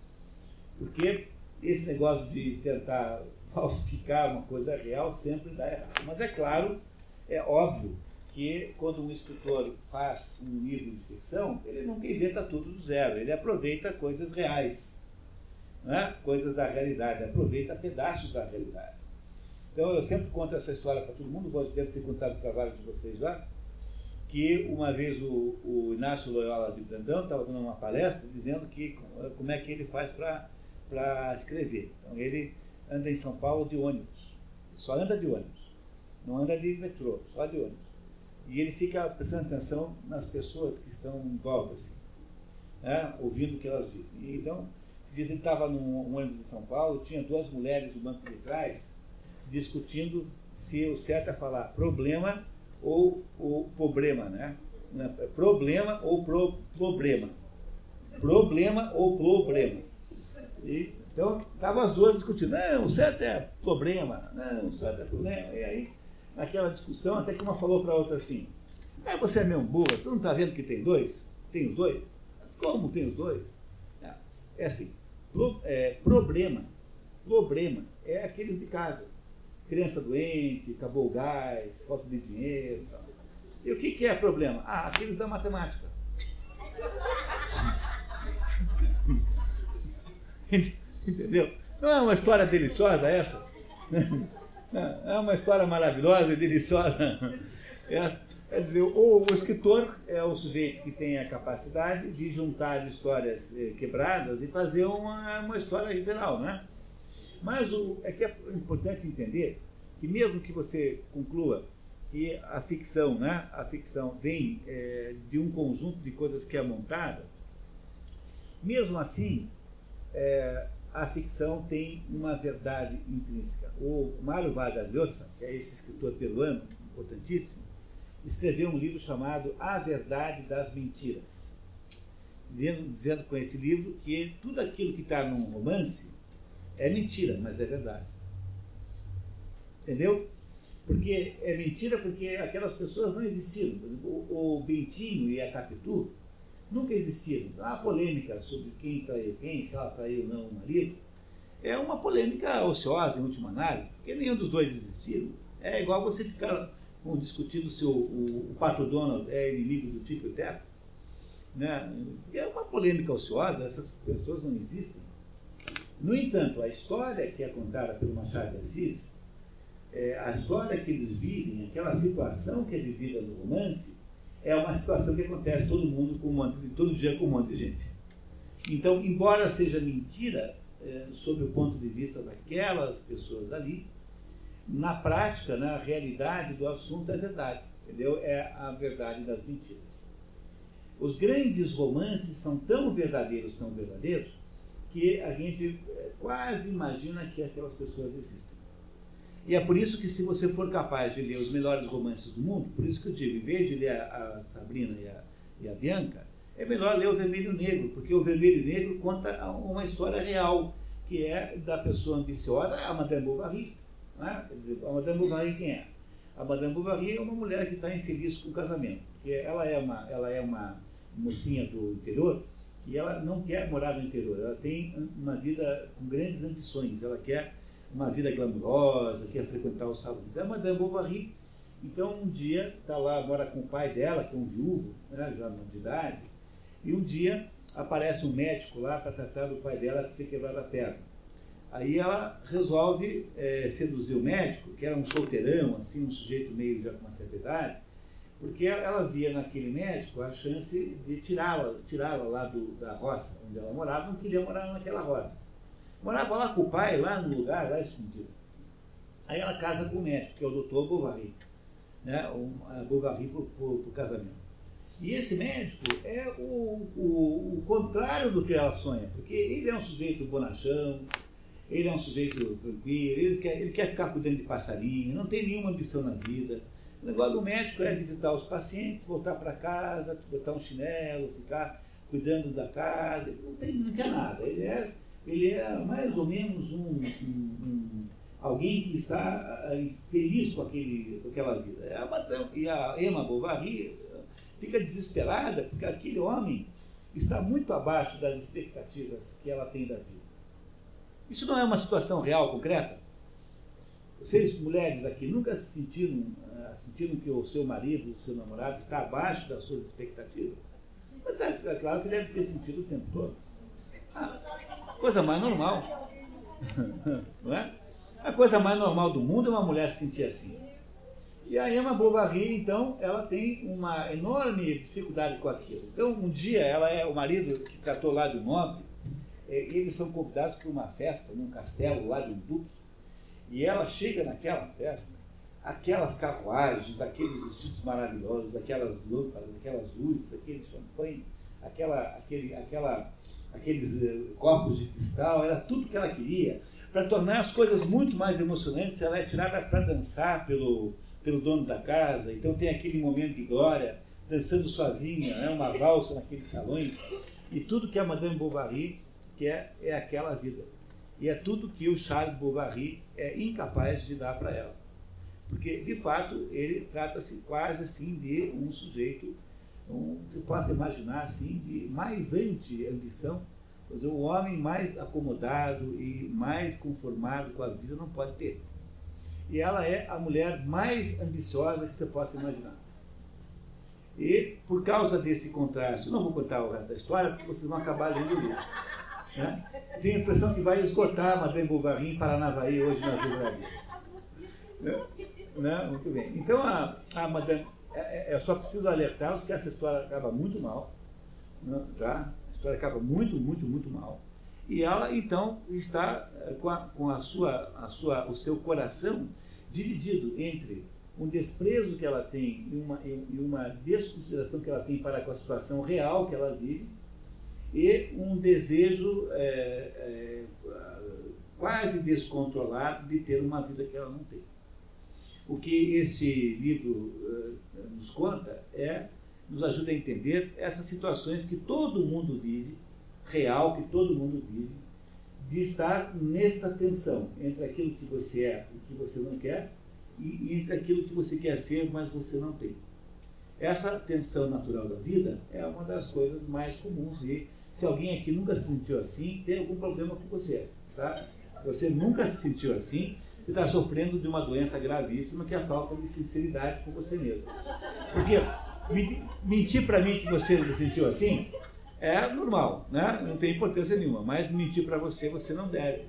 Porque esse negócio de tentar falsificar uma coisa real sempre dá errado. Mas é claro, é óbvio, que quando um escritor faz um livro de ficção, ele nunca inventa tudo do zero, ele aproveita coisas reais, né? Coisas da realidade, aproveita pedaços da realidade. Então eu sempre conto essa história para todo mundo, devo ter contado para vários de vocês lá, que uma vez o, o Inácio Loyola de Brandão estava dando uma palestra dizendo que, como é que ele faz para escrever. Então ele anda em São Paulo de ônibus, só anda de ônibus, não anda de metrô, só de ônibus. E ele fica prestando atenção nas pessoas que estão em volta, assim, né, ouvindo o que elas dizem. E, então, diz ele estava num ônibus de São Paulo, tinha duas mulheres no banco de trás discutindo se o certo é falar problema ou, ou problema, né? Problema ou pro, problema. Problema ou problema. E, então, estavam as duas discutindo. Não, o certo é problema. Não, o certo é problema. E aí, naquela discussão, até que uma falou para a outra assim, ah, você é mesmo burra, tu não está vendo que tem dois? Tem os dois? Mas como tem os dois? É assim, pro, é, problema, problema é aqueles de casa. Criança doente, acabou o gás, falta de dinheiro e tal. E o que, que é problema? Ah, aqueles da matemática. Entendeu? Não é uma história deliciosa essa? É uma história maravilhosa e deliciosa. É, quer dizer, o, o escritor é o sujeito que tem a capacidade de juntar histórias eh, quebradas e fazer uma, uma história literal, né? Mas o, é que é importante entender que mesmo que você conclua que a ficção, né, a ficção vem é, de um conjunto de coisas que é montada, mesmo assim, é, a ficção tem uma verdade intrínseca. O Mário Vargas Llosa, que é esse escritor peruano, importantíssimo, escreveu um livro chamado A Verdade das Mentiras, dizendo, dizendo com esse livro que tudo aquilo que está num romance é mentira, mas é verdade. Entendeu? Porque é mentira porque aquelas pessoas não existiram. O, o Bentinho e a Capitu nunca existiram. Então, a polêmica sobre quem traiu quem, se ela traiu ou não o marido, é uma polêmica ociosa em última análise, porque nenhum dos dois existiram. É igual você ficar bom, discutindo se o, o, o Pato Donald é inimigo do Tico e Teco. Né? É uma polêmica ociosa, essas pessoas não existem. No entanto, a história que é contada pelo Machado de Assis, é, a história que eles vivem, aquela situação que é vivida no romance, é uma situação que acontece todo mundo com um monte de, todo dia com um monte de gente. Então, embora seja mentira, é, sob o ponto de vista daquelas pessoas ali, na prática, na realidade do assunto é verdade, entendeu? É a verdade das mentiras. Os grandes romances são tão verdadeiros, tão verdadeiros, que a gente quase imagina que aquelas pessoas existem. E é por isso que, se você for capaz de ler os melhores romances do mundo, por isso que eu digo, em vez de ler a, a Sabrina e a, e a Bianca, é melhor ler o Vermelho e Negro, porque o Vermelho e Negro conta uma história real, que é da pessoa ambiciosa, a Madame Bovary. Né? Quer dizer, a Madame Bovary quem é? A Madame Bovary é uma mulher que está infeliz com o casamento, porque ela é uma, ela é uma mocinha do interior, e ela não quer morar no interior, ela tem uma vida com grandes ambições, ela quer uma vida glamurosa, quer frequentar os salões. É a Madame Bovary. Então, um dia, está lá, mora com o pai dela, que é um viúvo, né, já de idade, e um dia aparece um médico lá para tratar do pai dela que tinha quebrado a perna. Aí ela resolve é, seduzir o médico, que era um solteirão, assim, um sujeito meio já com uma certa idade, porque ela via naquele médico a chance de tirá-la tirá-la lá do, da roça onde ela morava, não queria morar naquela roça. Morava lá com o pai, lá no lugar, lá escondido. Aí ela casa com o médico, que é o doutor Bovary, né? O, a Bovary para o casamento. E esse médico é o, o, o contrário do que ela sonha, porque ele é um sujeito bonachão, ele é um sujeito tranquilo, ele quer, ele quer ficar cuidando de passarinho, não tem nenhuma ambição na vida. O negócio do médico é visitar os pacientes, voltar para casa, botar um chinelo, ficar cuidando da casa, ele não, tem, não quer nada, ele é... Ele é mais ou menos um, um, um, alguém que está feliz com, aquele, com aquela vida. A Madame, e a Emma Bovary fica desesperada porque aquele homem está muito abaixo das expectativas que ela tem da vida. Isso não é uma situação real, concreta? Vocês, mulheres aqui, nunca se sentiram, uh, sentiram que o seu marido, o seu namorado está abaixo das suas expectativas? Mas é, é claro que deve ter sentido o tempo todo. Ah, coisa mais normal. Não é? A coisa mais normal do mundo é uma mulher se sentir assim. E a Emma Bovary, então, ela tem uma enorme dificuldade com aquilo. Então, um dia, ela é o marido que tratou lá de um nobre, eles são convidados para uma festa num castelo lá de um duque, e ela chega naquela festa, aquelas carruagens, aqueles vestidos maravilhosos, aquelas lâmpadas, aquelas luzes, aquele champanhe, aquela, aquele, aquela... aqueles uh, copos de cristal, era tudo que ela queria. Para tornar as coisas muito mais emocionantes, ela é tirada para dançar pelo, pelo dono da casa, então tem aquele momento de glória, dançando sozinha, né, uma valsa naqueles salões, e tudo que a Madame Bovary quer é aquela vida. E é tudo que o Charles Bovary é incapaz de dar para ela. Porque, de fato, ele trata-se quase assim de um sujeito, um, você possa imaginar assim, de mais anti-ambição. Quer dizer, o homem mais acomodado e mais conformado com a vida não pode ter. E ela é a mulher mais ambiciosa que você possa imaginar. E, por causa desse contraste, não vou contar o resto da história, porque vocês vão acabar lendo o livro. Né? Tenho a impressão que vai esgotar a Madame Bovary em Paranavaí hoje nas livrarias. Não, muito bem. Então, a, a Madame, é, é, eu só preciso alertá-los que essa história acaba muito mal, né, tá? A história acaba muito, muito, muito mal. E ela, então, está com, a, com a sua, a sua, o seu coração dividido entre um desprezo que ela tem e uma, e uma desconsideração que ela tem para com a situação real que ela vive e um desejo é, é, quase descontrolado de ter uma vida que ela não tem. O que este livro uh, nos conta é, nos ajuda a entender essas situações que todo mundo vive, real, que todo mundo vive, de estar nesta tensão entre aquilo que você é e que você não quer, e entre aquilo que você quer ser, mas você não tem. Essa tensão natural da vida é uma das coisas mais comuns, e se alguém aqui nunca se sentiu assim, tem algum problema com você, tá? Você nunca se sentiu assim, você está sofrendo de uma doença gravíssima, que é a falta de sinceridade com você mesmo. Porque mentir para mim que você não se sentiu assim é normal, né? Não tem importância nenhuma, mas mentir para você, você não deve.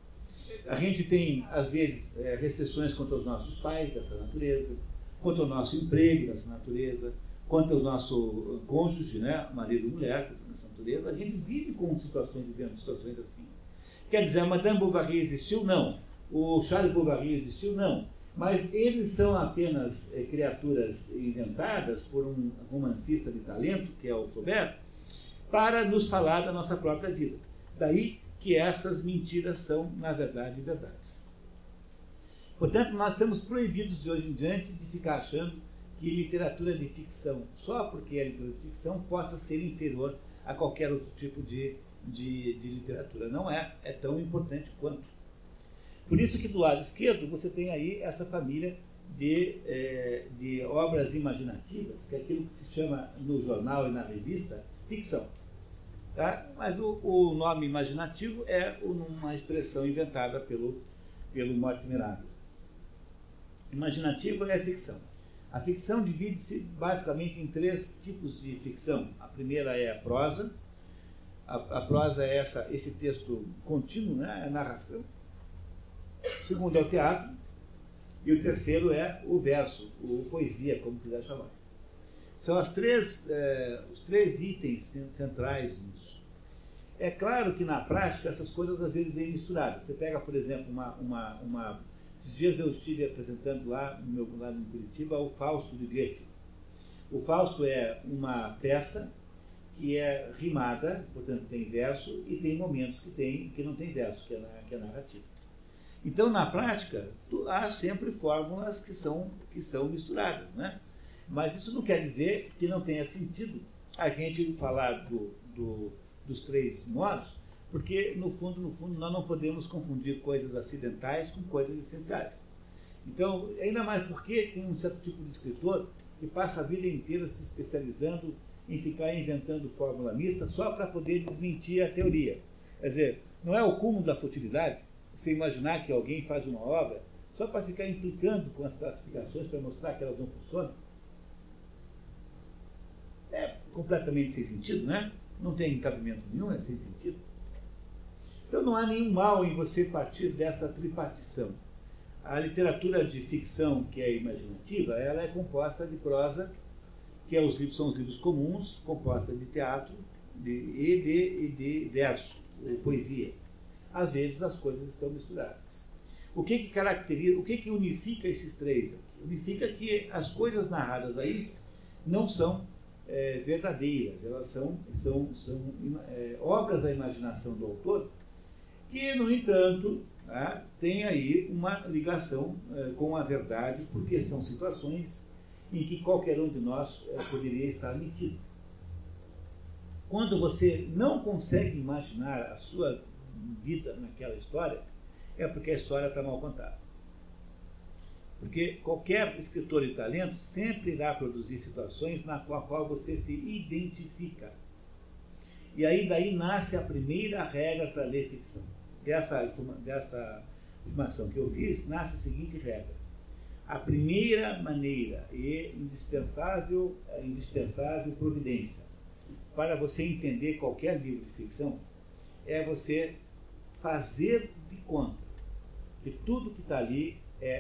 A gente tem, às vezes, é, recessões contra os nossos pais dessa natureza, contra o nosso emprego dessa natureza, contra o nosso cônjuge, né? Marido e mulher dessa natureza. A gente vive com situações, vivendo situações assim. Quer dizer, a Madame Bovary existiu? Não. O Charles Bovary existiu? Não. Mas eles são apenas é, criaturas inventadas por um romancista de talento, que é o Flaubert, para nos falar da nossa própria vida. Daí que essas mentiras são, na verdade, verdades. Portanto, nós estamos proibidos de hoje em diante de ficar achando que literatura de ficção, só porque é literatura de ficção, possa ser inferior a qualquer outro tipo de, de, de literatura. Não é, é tão importante quanto. Por isso que do lado esquerdo você tem aí essa família de, é, de obras imaginativas, que é aquilo que se chama no jornal e na revista ficção. Tá? Mas o, o nome imaginativo é uma expressão inventada pelo, pelo Mortimer Adler. Imaginativo é ficção. A ficção divide-se basicamente em três tipos de ficção. A primeira é a prosa. A, a prosa é essa, esse texto contínuo, né? É a narração. O segundo é o teatro. E o terceiro é o verso, ou poesia, como quiser chamar. São as três, eh, os três itens centrais nisso. É claro que na prática essas coisas às vezes vêm misturadas. Você pega, por exemplo, uma... uma, uma esses dias eu estive apresentando lá no meu lado em Curitiba o Fausto de Goethe. O Fausto é uma peça que é rimada, portanto tem verso, e tem momentos que, tem, que não tem verso, que é, que é narrativa. Então, na prática, há sempre fórmulas que são, que são misturadas, né? Mas isso não quer dizer que não tenha sentido a gente falar do, do, dos três modos, porque, no fundo, no fundo, nós não podemos confundir coisas acidentais com coisas essenciais. Então, ainda mais porque tem um certo tipo de escritor que passa a vida inteira se especializando em ficar inventando fórmula mista só para poder desmentir a teoria. Quer dizer, não é o cúmulo da futilidade você imaginar que alguém faz uma obra só para ficar implicando com as classificações para mostrar que elas não funcionam? É completamente sem sentido, né? Não tem cabimento nenhum, é sem sentido. Então não há nenhum mal em você partir desta tripartição. A literatura de ficção, que é imaginativa, ela é composta de prosa, que é os livros, são os livros comuns, composta de teatro de, e, de, e de verso, de poesia. Às vezes as coisas estão misturadas. O que que caracteriza, o que que unifica esses três aqui? Unifica que as coisas narradas aí não são é, verdadeiras, elas são, são, são é, obras da imaginação do autor, que, no entanto, né, tem aí uma ligação é, com a verdade, porque são situações em que qualquer um de nós é, poderia estar metido. Quando você não consegue imaginar a sua vida naquela história, é porque a história está mal contada. Porque qualquer escritor de talento sempre irá produzir situações na qual, qual você se identifica. E aí daí nasce a primeira regra para ler ficção. Dessa, dessa afirmação que eu fiz, nasce a seguinte regra. A primeira maneira e indispensável, indispensável providência para você entender qualquer livro de ficção é você fazer de conta que tudo que está ali é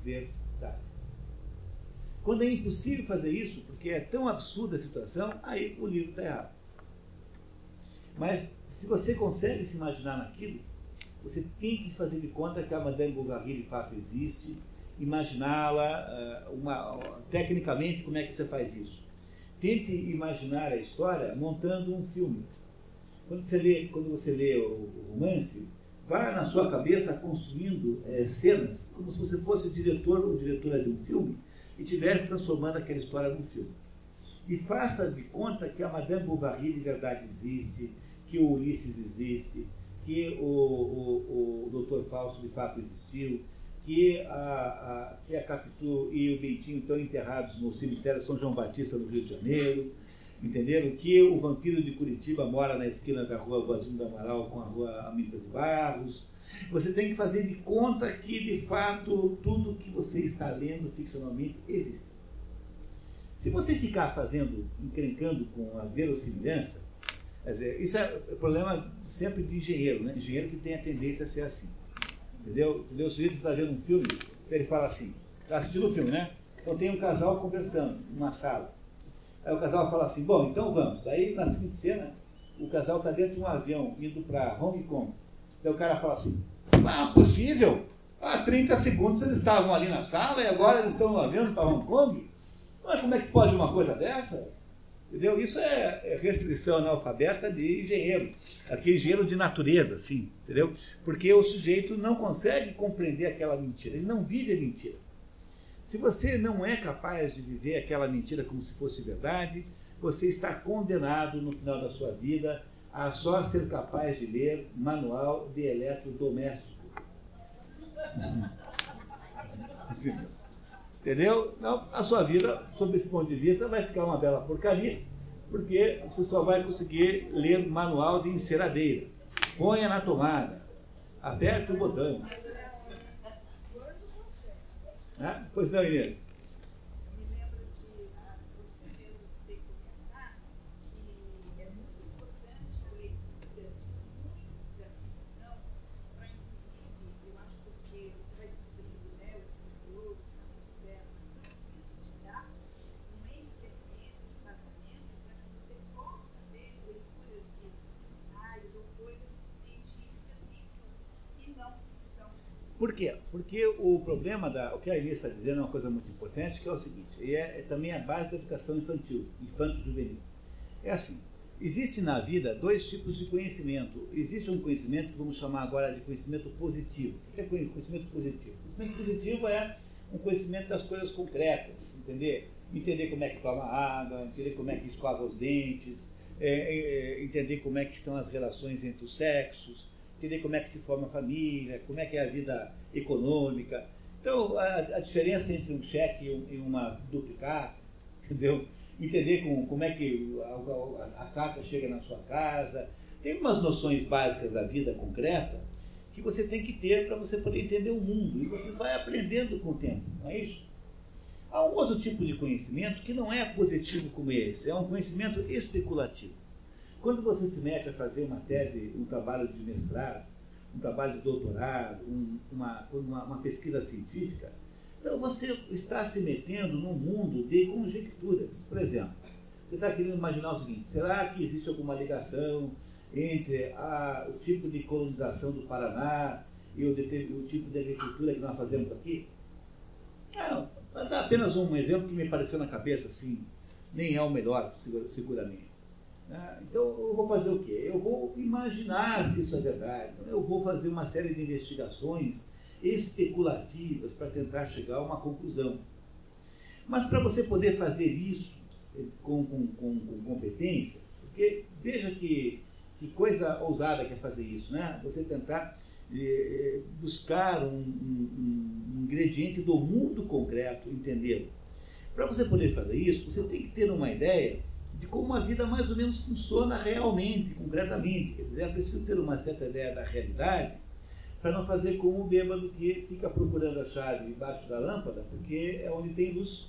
verdade. Quando é impossível fazer isso, porque é tão absurda a situação, aí o livro está errado. Mas se você consegue se imaginar naquilo, você tem que fazer de conta que a Madame Bovary de fato existe, imaginá-la, uma, tecnicamente, como é que você faz isso? Tente imaginar a história montando um filme. Quando você lê, quando você lê o romance, vá na sua cabeça construindo é, cenas, como se você fosse o diretor ou diretora de um filme e estivesse transformando aquela história num filme. E faça de conta que a Madame Bovary de verdade existe, que o Ulisses existe, que o, o, o doutor Fausto de fato existiu, que a, a, que a Capitu e o Bentinho estão enterrados no cemitério São João Batista, no Rio de Janeiro, entenderam? Que o vampiro de Curitiba mora na esquina da rua Guadinho do Amaral com a rua Amintas e Barros. Você tem que fazer de conta que, de fato, tudo que você está lendo ficcionalmente existe. Se você ficar fazendo, encrencando com a verossimilhança, quer dizer, isso é problema sempre de engenheiro, né? Engenheiro que tem a tendência a ser assim. Entendeu? O sujeito está vendo um filme, ele fala assim, está assistindo o filme, né? Então tem um casal conversando numa sala. Aí o casal fala assim, bom, então vamos. Daí, na seguinte cena, o casal está dentro de um avião, indo para Hong Kong. Daí o cara fala assim, ah, possível? Há trinta segundos eles estavam ali na sala e agora eles estão no avião para Hong Kong? Mas como é que pode uma coisa dessa? Entendeu? Isso é restrição analfabeta de engenheiro, aquele engenheiro de natureza, assim, entendeu? Porque o sujeito não consegue compreender aquela mentira, ele não vive a mentira. Se você não é capaz de viver aquela mentira como se fosse verdade, você está condenado no final da sua vida a só ser capaz de ler manual de eletrodoméstico. Entendeu? Não, a sua vida, sob esse ponto de vista, vai ficar uma bela porcaria, porque você só vai conseguir ler manual de enceradeira. Ponha na tomada, aperte o botão. Ah, pois não, Inês? Eu me lembro de você mesmo ter comentado que é muito importante a leitura de muita ficção para, inclusive, eu acho porque você vai descobrindo, né, os tesouros, as externas, tudo isso te dá um enriquecimento, um embasamento para que você possa ter leituras de ensaios ou coisas científicas e, e não ficção. Por quê? Porque o problema, da, o que a Inês está dizendo é uma coisa muito importante, que é o seguinte, e é, é também a base da educação infantil, infanto-juvenil. É assim, existe na vida dois tipos de conhecimento. Existe um conhecimento que vamos chamar agora de conhecimento positivo. O que é conhecimento positivo? Conhecimento positivo é um conhecimento das coisas concretas, entender? Entender como é que toma água, entender como é que escova os dentes, é, é, entender como é que são as relações entre os sexos, entender como é que se forma a família, como é que é a vida econômica. Então, a, a diferença entre um cheque e, um, e uma duplicata, entendeu? Entender com, como é que a, a, a carta chega na sua casa. Tem umas noções básicas da vida concreta que você tem que ter para você poder entender o mundo. E você vai aprendendo com o tempo, não é isso? Há um outro tipo de conhecimento que não é positivo como esse, é um conhecimento especulativo. Quando você se mete a fazer uma tese, um trabalho de mestrado, um trabalho de doutorado, um, uma, uma, uma pesquisa científica, então você está se metendo num mundo de conjecturas. Por exemplo, você está querendo imaginar o seguinte, será que existe alguma ligação entre a, o tipo de colonização do Paraná e o, de, o tipo de agricultura que nós fazemos aqui? Não, vou dar apenas um exemplo que me apareceu na cabeça, assim, nem é o melhor, seguramente. Então, eu vou fazer o quê? Eu vou imaginar se isso é verdade. Então, eu vou fazer uma série de investigações especulativas para tentar chegar a uma conclusão. Mas para você poder fazer isso com, com, com, com competência, porque veja que, que coisa ousada que é fazer isso, né? Você tentar eh, buscar um, um, um ingrediente do mundo concreto, entendê-lo. Para você poder fazer isso, você tem que ter uma ideia de como a vida mais ou menos funciona realmente, concretamente. Quer dizer, é preciso ter uma certa ideia da realidade para não fazer como o bêbado que fica procurando a chave embaixo da lâmpada, porque é onde tem luz.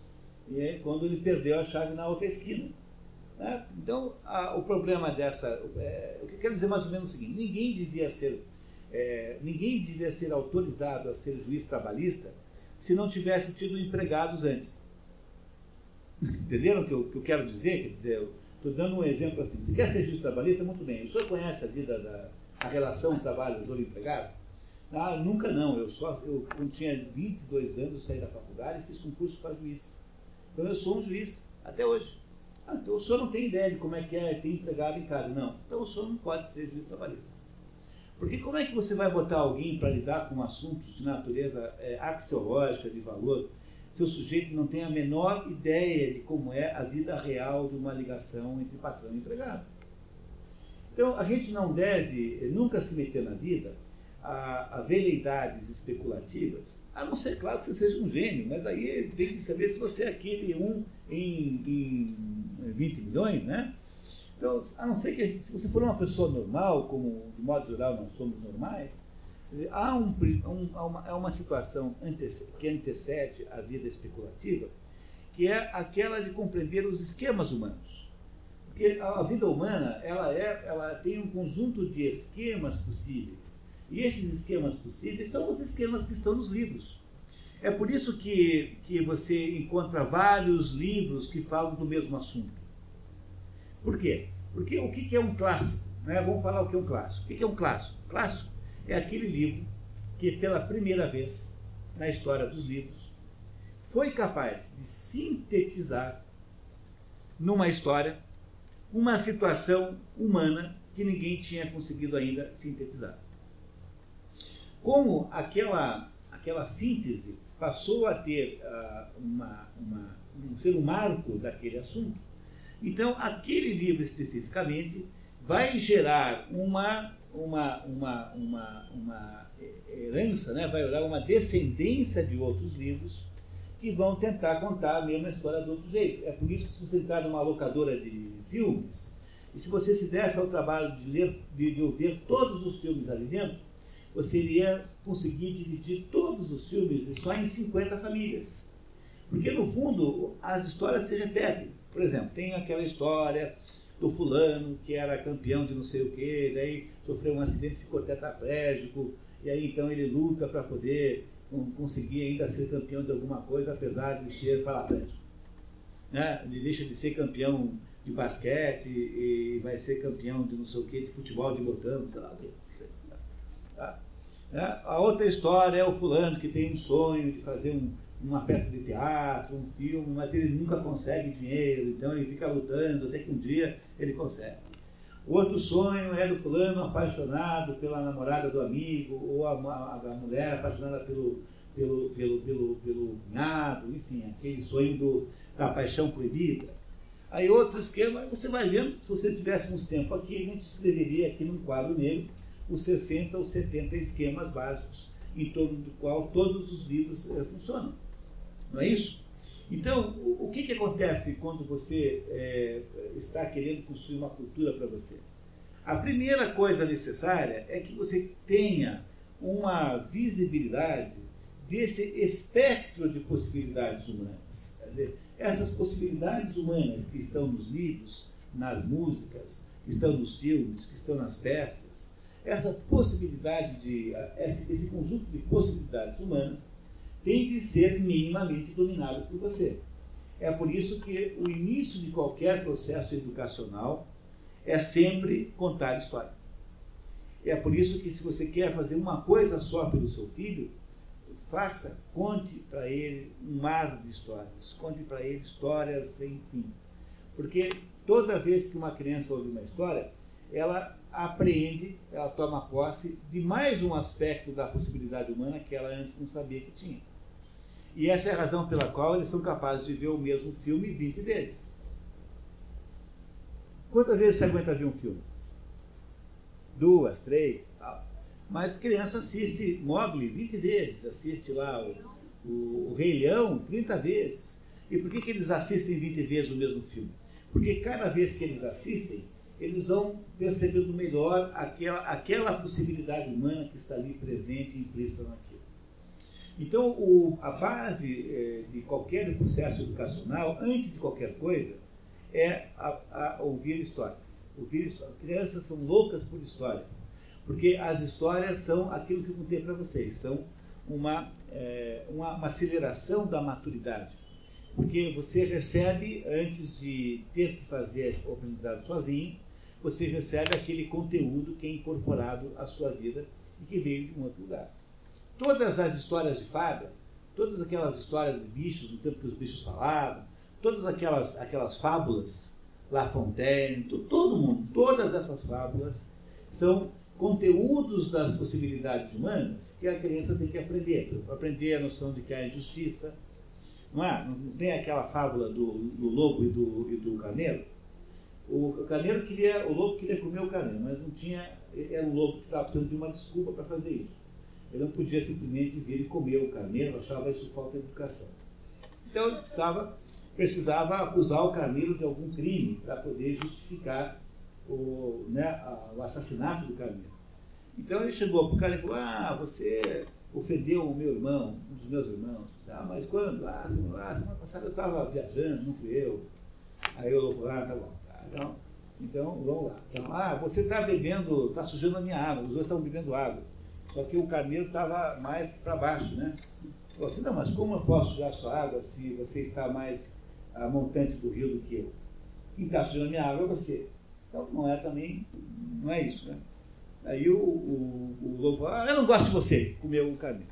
E é quando ele perdeu a chave na outra esquina. Né? Então, a, o problema dessa... É, o que eu quero dizer mais ou menos é o seguinte, ninguém devia ser, é, ninguém devia ser autorizado a ser juiz trabalhista se não tivesse tido empregados antes. Entenderam o que eu, que eu quero dizer? Quer dizer, estou dando um exemplo assim. Você quer ser juiz trabalhista? Muito bem. O senhor conhece a vida da a relação trabalhador-empregado? Ah, nunca não. Eu, só, eu, quando tinha vinte e dois anos, eu saí da faculdade e fiz concurso para juiz. Então eu sou um juiz até hoje. Ah, então o senhor não tem ideia de como é que é ter empregado em casa. Não. Então o senhor não pode ser juiz trabalhista. Porque como é que você vai botar alguém para lidar com assuntos de natureza é, axiológica, de valor, se o sujeito não tem a menor ideia de como é a vida real de uma ligação entre patrão e empregado? Então, a gente não deve nunca se meter na vida a, a veleidades especulativas, a não ser, claro, que você seja um gênio, mas aí tem que saber se você é aquele um em, em vinte milhões, né? Então, a não ser que, a gente, se você for uma pessoa normal, como de modo geral nós somos normais, quer dizer, há, um, um, há, uma, há uma situação antecede, que antecede a vida especulativa, que é aquela de compreender os esquemas humanos. Porque a vida humana ela é, ela tem um conjunto de esquemas possíveis. E esses esquemas possíveis são os esquemas que estão nos livros. É por isso que, que você encontra vários livros que falam do mesmo assunto. Por quê? Porque o que é um clássico? Né? Vamos falar o que é um clássico. O que é um clássico? Clássico é aquele livro que, pela primeira vez na história dos livros, foi capaz de sintetizar numa história uma situação humana que ninguém tinha conseguido ainda sintetizar. Como aquela, aquela síntese passou a ter uh, uma, uma, um ser um marco daquele assunto, então aquele livro especificamente vai gerar uma, uma, uma, uma, uma herança, né? Vai gerar uma descendência de outros livros que vão tentar contar a mesma história do outro jeito. É por isso que se você entrar numa locadora de filmes, e se você se desse ao trabalho de ler, de, de ouvir todos os filmes ali dentro, você iria conseguir dividir todos os filmes só em cinquenta famílias. Porque, no fundo, as histórias se repetem. Por exemplo, tem aquela história do fulano que era campeão de não sei o quê, daí sofreu um acidente e ficou tetraplégico, e aí então ele luta para poder conseguir ainda ser campeão de alguma coisa, apesar de ser paraplégico. Né? Ele deixa de ser campeão de basquete e vai ser campeão de não sei o quê, de futebol de botão, sei lá o quê. Tá? A outra história é o fulano que tem um sonho de fazer um, uma peça de teatro, um filme, mas ele nunca consegue dinheiro, então ele fica lutando até que um dia ele consegue. O outro sonho é do fulano apaixonado pela namorada do amigo, ou a, a, a mulher apaixonada pelo, pelo, pelo, pelo, pelo cunhado, enfim, aquele sonho do, da paixão proibida. Aí outro esquema, você vai vendo, se você tivéssemos tempo aqui, a gente escreveria aqui num quadro negro os sessenta ou setenta esquemas básicos em torno do qual todos os livros eh, funcionam. Não é isso? Então, o, o que, que acontece quando você é, está querendo construir uma cultura para você? A primeira coisa necessária é que você tenha uma visibilidade desse espectro de possibilidades humanas. Quer dizer, essas possibilidades humanas que estão nos livros, nas músicas, que estão nos filmes, que estão nas peças, essa possibilidade de, esse, esse conjunto de possibilidades humanas tem de ser minimamente dominado por você. É por isso que o início de qualquer processo educacional é sempre contar história. É por isso que, se você quer fazer uma coisa só pelo seu filho, faça, conte para ele um mar de histórias, conte para ele histórias sem fim. Porque toda vez que uma criança ouve uma história, ela apreende, ela toma posse de mais um aspecto da possibilidade humana que ela antes não sabia que tinha. E essa é a razão pela qual eles são capazes de ver o mesmo filme vinte vezes. Quantas vezes você aguenta ver um filme? Duas, três, tal. Mas criança assiste Mowgli vinte vezes, assiste lá o, o, o Rei Leão trinta vezes. E por que, que eles assistem vinte vezes o mesmo filme? Porque cada vez que eles assistem, eles vão percebendo melhor aquela, aquela possibilidade humana que está ali presente e implícita naquilo. Então, o, a base eh, de qualquer processo educacional, antes de qualquer coisa, é a, a ouvir histórias. Ouvir histórias. Crianças são loucas por histórias, porque as histórias são aquilo que eu contei para vocês, são uma, é, uma, uma aceleração da maturidade. Porque você recebe, antes de ter que fazer o aprendizado sozinho, você recebe aquele conteúdo que é incorporado à sua vida e que veio de um outro lugar. Todas as histórias de fada, todas aquelas histórias de bichos, no tempo que os bichos falavam, todas aquelas, aquelas fábulas, La Fontaine, todo mundo, todas essas fábulas são conteúdos das possibilidades humanas que a criança tem que aprender. Para aprender a noção de que há injustiça. Não é? Não tem aquela fábula do, do lobo e do, e do carneiro? O carneiro queria, o lobo queria comer o carneiro, mas não tinha, era o lobo que estava precisando de uma desculpa para fazer isso. Ele não podia simplesmente vir e comer o carneiro, achava isso falta de educação. Então ele precisava, precisava acusar o carneiro de algum crime para poder justificar o, né, a, o assassinato do carneiro. Então ele chegou para o carneiro e falou: ah, você ofendeu o meu irmão, um dos meus irmãos. Ah, mas quando? Ah, semana, ah, semana passada eu estava viajando, não fui eu. Aí eu falei: ah, tá bom. Tá, então, então, vamos lá. Então, ah, você está bebendo, está sujando a minha água, os dois estavam bebendo água. Só que o carneiro estava mais para baixo, né? Falou assim: não, mas como eu posso sujar a sua água se você está mais a montante do rio do que eu? Quem está sujando a minha água é você. Então não é também, não é isso, né? Aí o, o, o lobo falou: ah, eu não gosto de você, comeu o carneiro.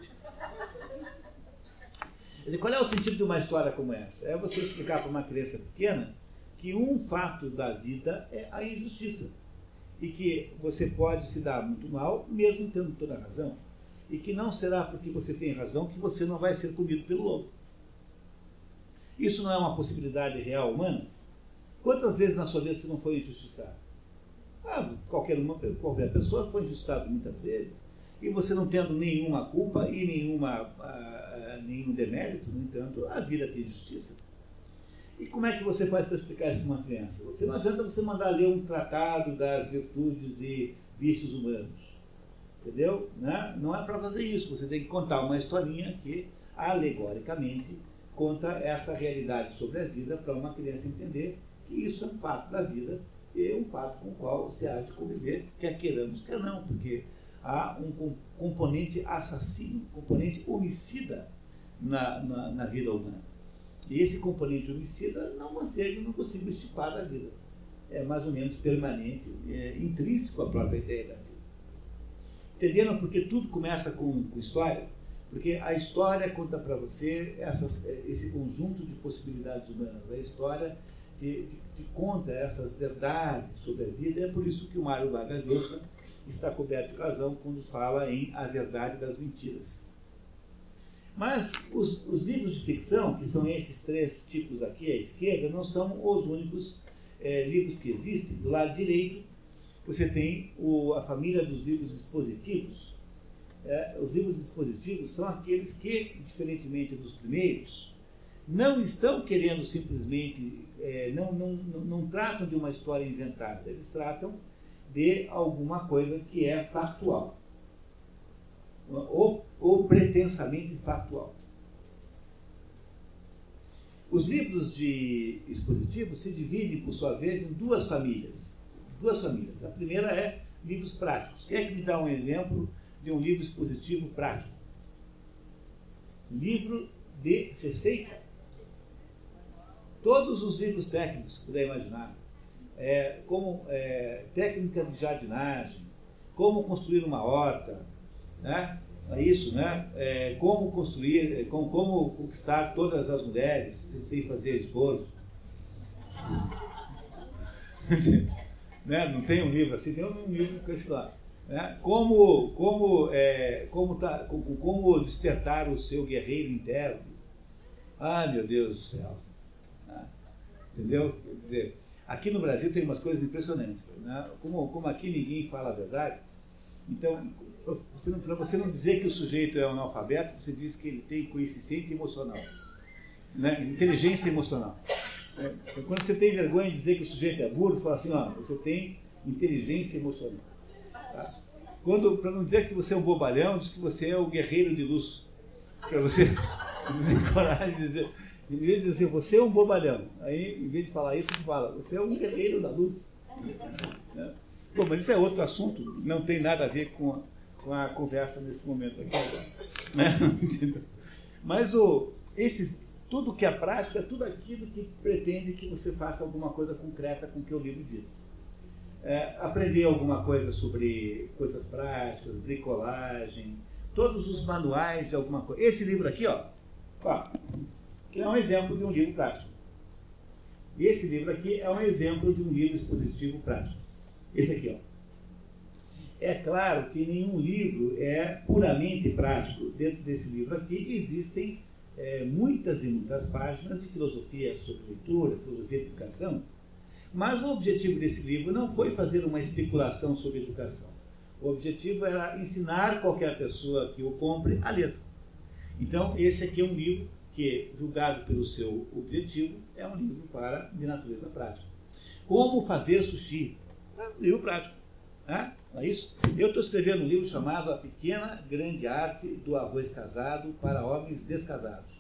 Quer dizer, qual é o sentido de uma história como essa? É você explicar para uma criança pequena que um fato da vida é a injustiça. E que você pode se dar muito mal, mesmo tendo toda a razão. E que não será porque você tem razão que você não vai ser comido pelo lobo. Isso não é uma possibilidade real humana? Quantas vezes na sua vida você não foi injustiçado? Ah, qualquer, uma, qualquer pessoa foi injustiçado muitas vezes. E você não tendo nenhuma culpa e nenhuma, ah, nenhum demérito, no entanto, a vida tem justiça. E como é que você faz para explicar isso para uma criança? Você não adianta você mandar ler um tratado das virtudes e vícios humanos. Entendeu? Né? Não é para fazer isso. Você tem que contar uma historinha que, alegoricamente, conta essa realidade sobre a vida para uma criança entender que isso é um fato da vida e um fato com o qual você há de conviver, quer queiramos, quer não, porque há um componente assassino, um componente homicida na, na, na vida humana. E esse componente homicida não consegue, não consigo estipar da vida. É mais ou menos permanente, é intrínseco à própria ideia da vida. Entenderam porque tudo começa com, com história? Porque a história conta para você essas, esse conjunto de possibilidades humanas. A história te, te, te conta essas verdades sobre a vida. É por isso que o Mário Vargas Llosa está coberto de razão quando fala em A Verdade das Mentiras. Mas os, os livros de ficção, que são esses três tipos aqui à esquerda, não são os únicos é, livros que existem. Do lado direito, você tem o, a família dos livros expositivos. É, os livros expositivos são aqueles que, diferentemente dos primeiros, não estão querendo simplesmente, é, não, não, não, não tratam de uma história inventada, eles tratam de alguma coisa que é factual. Ou, ou pretensamente factual. Os livros de expositivos se dividem, por sua vez, em duas famílias. Duas famílias. A primeira é livros práticos. Quem é que me dá um exemplo de um livro expositivo prático? Livro de receita. Todos os livros técnicos que puder imaginar. É, como é, técnica de jardinagem, como construir uma horta, né? É isso, né? É, como construir, como, como conquistar todas as mulheres sem fazer esforço. Né? Não tem um livro assim, tem um livro com esse lá. Né? Como, como, é, como, tá, como, como despertar o seu guerreiro interno. Ah, meu Deus do céu. Ah, entendeu? Quer dizer, aqui no Brasil tem umas coisas impressionantes. Né? Como, como aqui ninguém fala a verdade, então, para você não dizer que o sujeito é um analfabeto, você diz que ele tem coeficiente emocional, né? Inteligência emocional. É, então, quando você tem vergonha de dizer que o sujeito é burro, você fala assim: ó, você tem inteligência emocional. Tá? Quando, para não dizer que você é um bobalhão, diz que você é o guerreiro de luz. Para você ter coragem de dizer, em vez de dizer você é um bobalhão, aí em vez de falar isso, você fala você é um guerreiro da luz. Né? Bom, mas isso é outro assunto, não tem nada a ver com a, com a conversa nesse momento aqui agora. Entendeu? Mas o, esses, tudo que é prático é tudo aquilo que pretende que você faça alguma coisa concreta com o que o livro diz. É, aprender alguma coisa sobre coisas práticas, bricolagem, todos os manuais de alguma coisa. Esse livro aqui, ó, ó, que é um exemplo de um livro prático. E esse livro aqui é um exemplo de um livro expositivo prático. Esse aqui, ó. É claro que nenhum livro é puramente prático. Dentro desse livro aqui existem é, muitas e muitas páginas de filosofia sobre leitura, filosofia de educação, mas o objetivo desse livro não foi fazer uma especulação sobre educação. O objetivo era ensinar qualquer pessoa que o compre a ler. Então, esse aqui é um livro que, julgado pelo seu objetivo, é um livro para, de natureza prática. Como fazer sushi? É um livro prático. Né? Não é isso? Eu estou escrevendo um livro chamado A Pequena Grande Arte do Arroz Casado para Homens Descasados.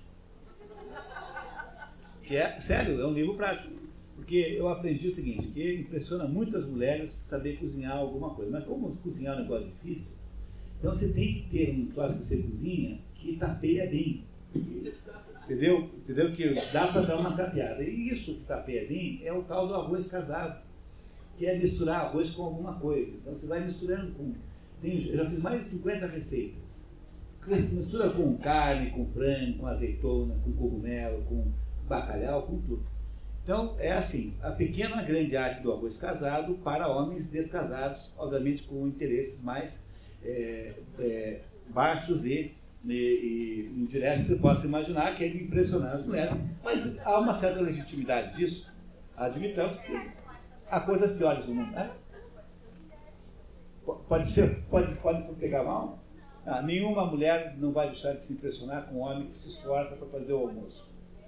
Que é, sério, é um livro prático. Porque eu aprendi o seguinte, que impressiona muito as mulheres saber cozinhar alguma coisa. Mas como cozinhar é um negócio difícil, então você tem que ter um troço que você cozinha que tapeia bem. Entendeu? Entendeu? Que dá para dar uma tapeada. E isso que tapeia bem é o tal do arroz casado, que é misturar arroz com alguma coisa. Então você vai misturando com... Tem, eu já fiz mais de cinquenta receitas. Mistura com carne, com frango, com azeitona, com cogumelo, com bacalhau, com tudo. Então, é assim, a pequena grande arte do arroz casado para homens descasados, obviamente com interesses mais é, é, baixos e, e, e indiretos, você possa imaginar, que é de impressionar as mulheres. Mas há uma certa legitimidade disso, admitamos que há coisas piores no mundo, né? Pode ser, pode, pode pegar mal? Ah, nenhuma mulher não vai deixar de se impressionar com um homem que se esforça para fazer o almoço.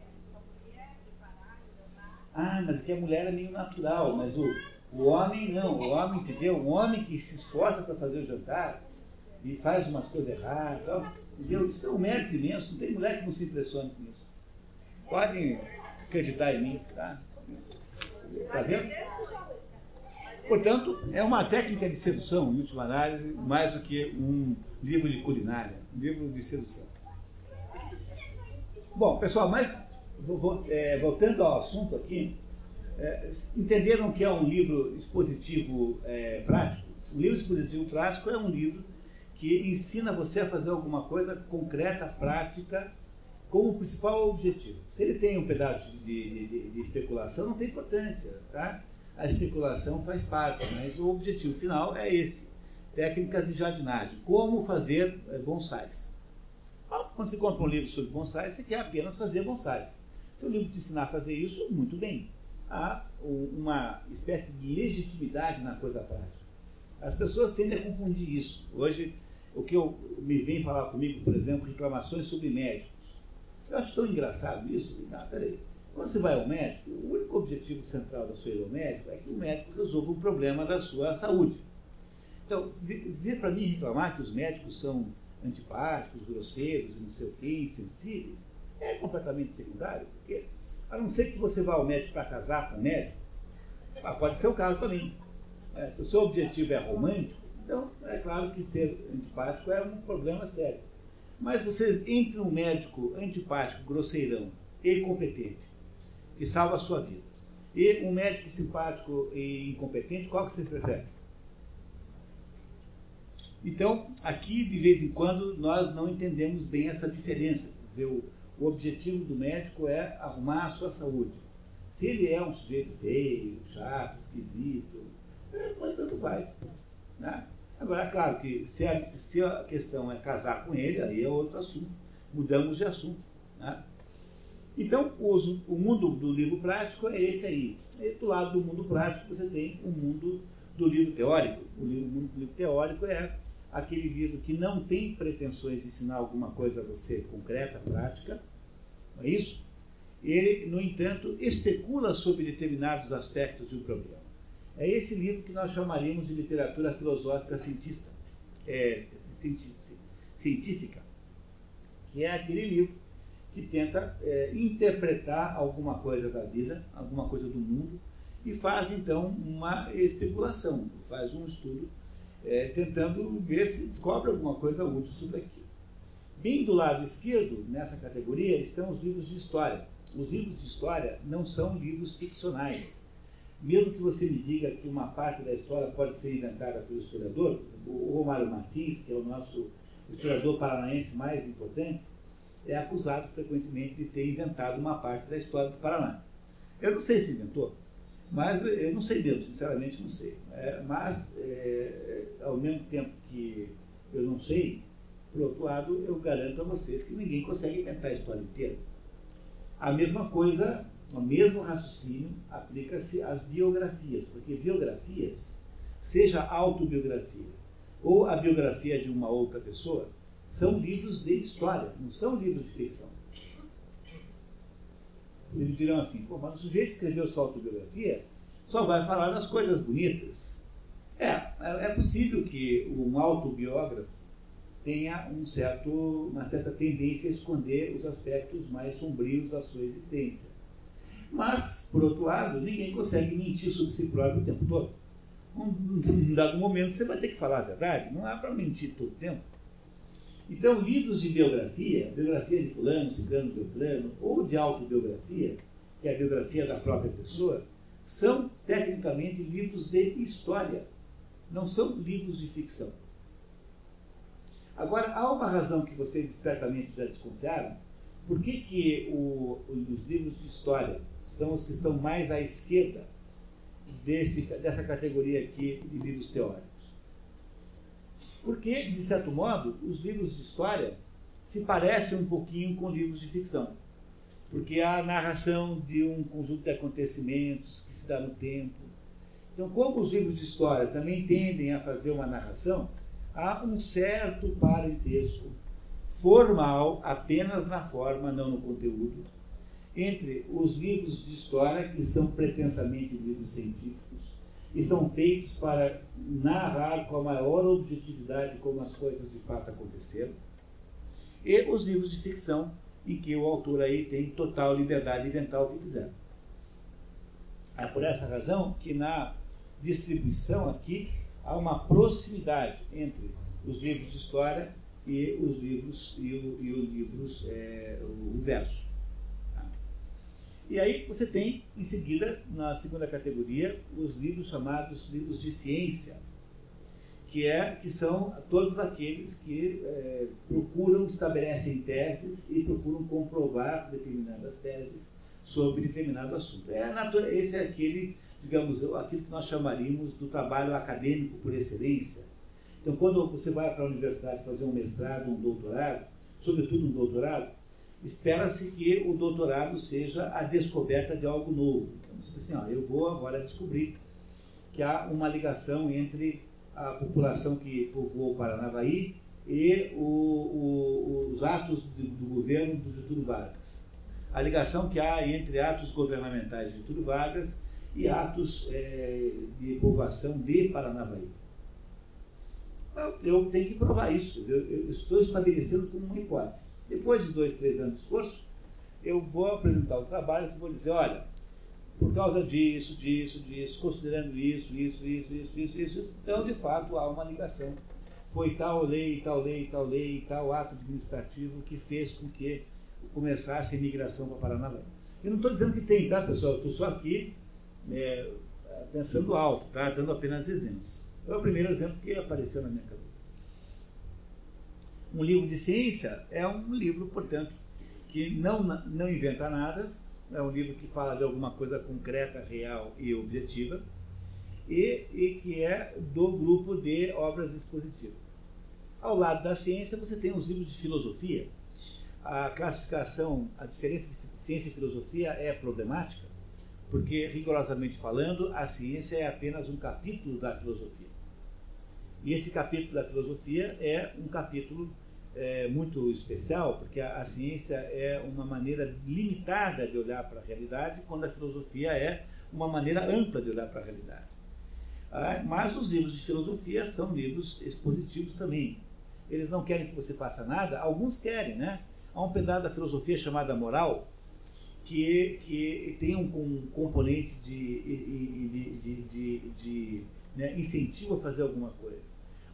Ah, mas aqui a mulher é meio natural, mas o, o homem não, o homem, entendeu? O homem que se esforça para fazer o jantar e faz umas coisas erradas, tal, entendeu? Isso é um mérito imenso, não tem mulher que não se impressione com isso. Podem acreditar em mim, tá? Tá vendo? Portanto, é uma técnica de sedução, em última análise, mais do que um livro de culinária, um livro de sedução. Bom, pessoal, mas... voltando ao assunto aqui, é, entenderam que é um livro expositivo é, prático? O livro expositivo prático é um livro que ensina você a fazer alguma coisa concreta, prática, como principal objetivo. Se ele tem um pedaço de, de, de especulação, não tem importância, tá? A especulação faz parte, mas o objetivo final é esse. Técnicas de jardinagem. Como fazer bonsais. Quando você compra um livro sobre bonsais, você quer apenas fazer bonsais. Se o livro te ensinar a fazer isso, muito bem. Há uma espécie de legitimidade na coisa prática. As pessoas tendem a confundir isso. Hoje, o que eu, me vem falar comigo, por exemplo, reclamações sobre médicos. Eu acho tão engraçado isso. Não, peraí. Quando você vai ao médico, o único objetivo central da sua ida ao médico é que o médico resolva um problema da sua saúde. Então, vir para mim reclamar que os médicos são antipáticos, grosseiros, não sei o quê, insensíveis, é completamente secundário, porque a não ser que você vá ao médico para casar com o médico, pode ser o caso também. É, se o seu objetivo é romântico, então é claro que ser antipático é um problema sério. Mas vocês, entre um médico antipático, grosseirão e incompetente, que salva a sua vida, e um médico simpático e incompetente, qual que você prefere? Então, aqui, de vez em quando, nós não entendemos bem essa diferença. Quer dizer, o, o objetivo do médico é arrumar a sua saúde. Se ele é um sujeito feio, chato, esquisito, é, tanto faz. Né? Agora, é claro que se a, se a questão é casar com ele, aí é outro assunto. Mudamos de assunto. Né? Então, o, o mundo do livro prático é esse aí. E do lado do mundo prático, você tem o mundo do livro teórico. O, livro, o mundo do livro teórico é aquele livro que não tem pretensões de ensinar alguma coisa a você concreta, prática, não é isso? Ele, no entanto, especula sobre determinados aspectos de um problema. É esse livro que nós chamaríamos de literatura filosófica cientista, é, científica, que é aquele livro que tenta é, interpretar alguma coisa da vida, alguma coisa do mundo, e faz, então, uma especulação, faz um estudo É, tentando ver se descobre alguma coisa útil sobre aquilo. Bem do lado esquerdo, nessa categoria, estão os livros de história. Os livros de história não são livros ficcionais. Mesmo que você me diga que uma parte da história pode ser inventada pelo historiador, o Romário Martins, que é o nosso historiador paranaense mais importante, é acusado frequentemente de ter inventado uma parte da história do Paraná. Eu não sei se inventou, mas eu não sei mesmo, sinceramente não sei. É, mas, é, ao mesmo tempo que eu não sei, por outro lado, eu garanto a vocês que ninguém consegue inventar a história inteira. A mesma coisa, o mesmo raciocínio aplica-se às biografias, porque biografias, seja a autobiografia ou a biografia de uma outra pessoa, são livros de história, não são livros de ficção. Eles dirão assim, pô, mas o sujeito escreveu sua autobiografia, só vai falar das coisas bonitas. É, é possível que um autobiógrafo tenha um certo, uma certa tendência a esconder os aspectos mais sombrios da sua existência. Mas, por outro lado, ninguém consegue mentir sobre si próprio o tempo todo. Num dado momento você vai ter que falar a verdade, não há para mentir todo o tempo. Então, livros de biografia, biografia de fulano, ciclano, beltrano, ou de autobiografia, que é a biografia da própria pessoa, são, tecnicamente, livros de história, não são livros de ficção. Agora, há uma razão que vocês espertamente já desconfiaram. Por que que o, os livros de história são os que estão mais à esquerda desse, dessa categoria aqui de livros teóricos? Porque, de certo modo, os livros de história se parecem um pouquinho com livros de ficção. Porque há a narração de um conjunto de acontecimentos que se dá no tempo. Então, como os livros de história também tendem a fazer uma narração, há um certo parentesco formal, apenas na forma, não no conteúdo, entre os livros de história, que são pretensamente livros científicos, e são feitos para narrar com a maior objetividade como as coisas de fato aconteceram, e os livros de ficção, em que o autor aí tem total liberdade de inventar o que quiser. É por essa razão que na distribuição aqui há uma proximidade entre os livros de história e os livros e, o, e os livros é, o, o verso. Tá? E aí você tem, em seguida, na segunda categoria, os livros chamados livros de ciência, que, é, que são todos aqueles que é, procuram, estabelecem teses e procuram comprovar determinadas teses sobre determinado assunto. É natura, esse é aquele, digamos, aquilo que nós chamaríamos do trabalho acadêmico por excelência. Então, quando você vai para a universidade fazer um mestrado, um doutorado, sobretudo um doutorado, espera-se que o doutorado seja a descoberta de algo novo. Então, você diz assim, ó, eu vou agora descobrir que há uma ligação entre a população que povoou o Paranavaí e o, o, os atos do, do governo do Getúlio Vargas. A ligação que há entre atos governamentais de Getúlio Vargas e atos é, de povoação de Paranavaí. Eu tenho que provar isso, eu, eu estou estabelecendo como uma hipótese. Depois de dois, três anos de esforço, eu vou apresentar o trabalho e vou dizer, olha, por causa disso, disso, disso, considerando isso, isso, isso, isso, isso, isso, então, de fato, há uma ligação. Foi tal lei, tal lei, tal lei, tal ato administrativo que fez com que começasse a imigração para Paranavaí. Eu não estou dizendo que tem, tá, pessoal? Eu estou só aqui é, pensando alto, tá? Dando apenas exemplos. É o primeiro exemplo que apareceu na minha cabeça. Um livro de ciência é um livro, portanto, que não, não inventa nada, é um livro que fala de alguma coisa concreta, real e objetiva, e, e que é do grupo de obras expositivas. Ao lado da ciência, você tem os livros de filosofia. A classificação, a diferença de ciência e filosofia é problemática, porque, rigorosamente falando, a ciência é apenas um capítulo da filosofia. E esse capítulo da filosofia é um capítulo é, muito especial, porque a, a ciência é uma maneira limitada de olhar para a realidade, quando a filosofia é uma maneira ampla de olhar para a realidade. Ah, mas os livros de filosofia são livros expositivos também. Eles não querem que você faça nada, alguns querem, né? Há um pedaço da filosofia chamada moral, que, que tem um, um componente de, de, de, de, de né, incentivo a fazer alguma coisa.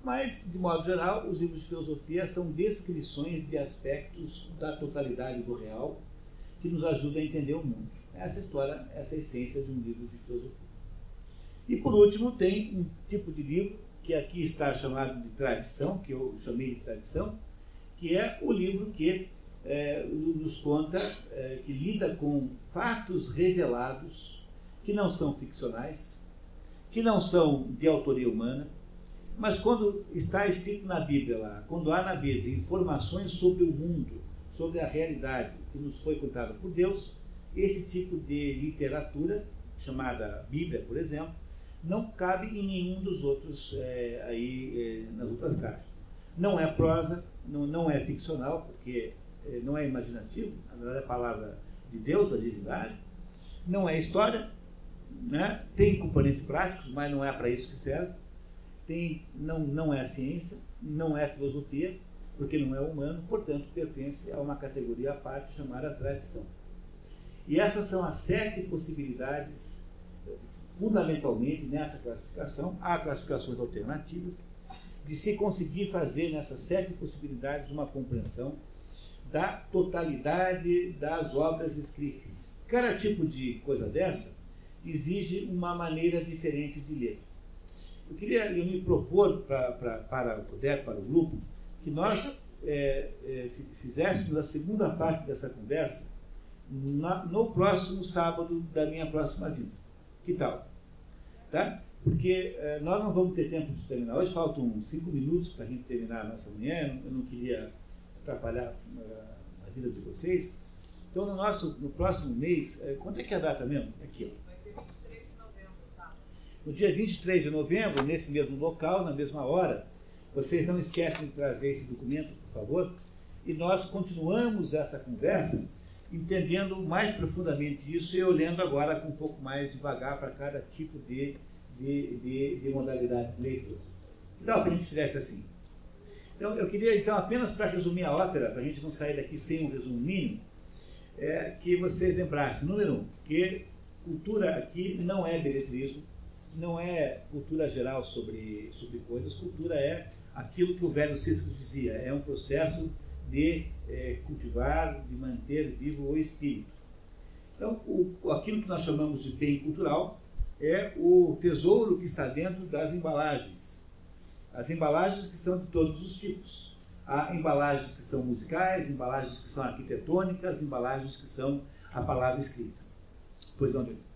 Mas, de modo geral, os livros de filosofia são descrições de aspectos da totalidade do real que nos ajudam a entender o mundo. Essa história, essa é a essência de um livro de filosofia. E, por último, tem um tipo de livro que aqui está chamado de tradição, que eu chamei de tradição, que é o livro que é, nos conta, é, que lida com fatos revelados, que não são ficcionais, que não são de autoria humana, mas quando está escrito na Bíblia lá, quando há na Bíblia informações sobre o mundo, sobre a realidade que nos foi contada por Deus, esse tipo de literatura, chamada Bíblia, por exemplo, não cabe em nenhum dos outros, é, aí, é, nas outras caixas. Não é prosa, não, não é ficcional, porque é, não é imaginativo, na verdade é a palavra de Deus, da divindade, não é história, né? Tem componentes práticos, mas não é para isso que serve. Tem, não, não é ciência, não é filosofia, porque não é humano, portanto pertence a uma categoria à parte chamada tradição. E essas são as sete possibilidades, fundamentalmente nessa classificação. Há classificações alternativas, de se conseguir fazer nessas sete possibilidades uma compreensão da totalidade das obras escritas. Cada tipo de coisa dessa exige uma maneira diferente de ler. Eu queria eu me propor pra, pra, para o poder, para o grupo, que nós é, é, fizéssemos a segunda parte dessa conversa na, no próximo sábado da minha próxima vida. Que tal? Tá? Porque é, nós não vamos ter tempo de terminar. Hoje faltam uns cinco minutos para a gente terminar a nossa manhã. Eu não queria atrapalhar uh, a vida de vocês. Então, no, nosso, no próximo mês, é, quando é que é a data mesmo? Aqui, ó. No dia vinte e três de novembro, nesse mesmo local, na mesma hora, vocês não esquecem de trazer esse documento, por favor, e nós continuamos essa conversa entendendo mais profundamente isso e olhando agora com um pouco mais devagar para cada tipo de, de, de, de modalidade de leitura. Então, se a gente fizesse assim. Então, eu queria, então, apenas para resumir a ópera, para a gente não sair daqui sem um resumo mínimo, é, que vocês lembrassem, número um, que cultura aqui não é beletrismo, não é cultura geral sobre, sobre coisas, cultura é aquilo que o velho Cícero dizia, é um processo de é, cultivar, de manter vivo o espírito. Então, o, aquilo que nós chamamos de bem cultural é o tesouro que está dentro das embalagens. As embalagens que são de todos os tipos. Há embalagens que são musicais, embalagens que são arquitetônicas, embalagens que são a palavra escrita. Pois não, Deus.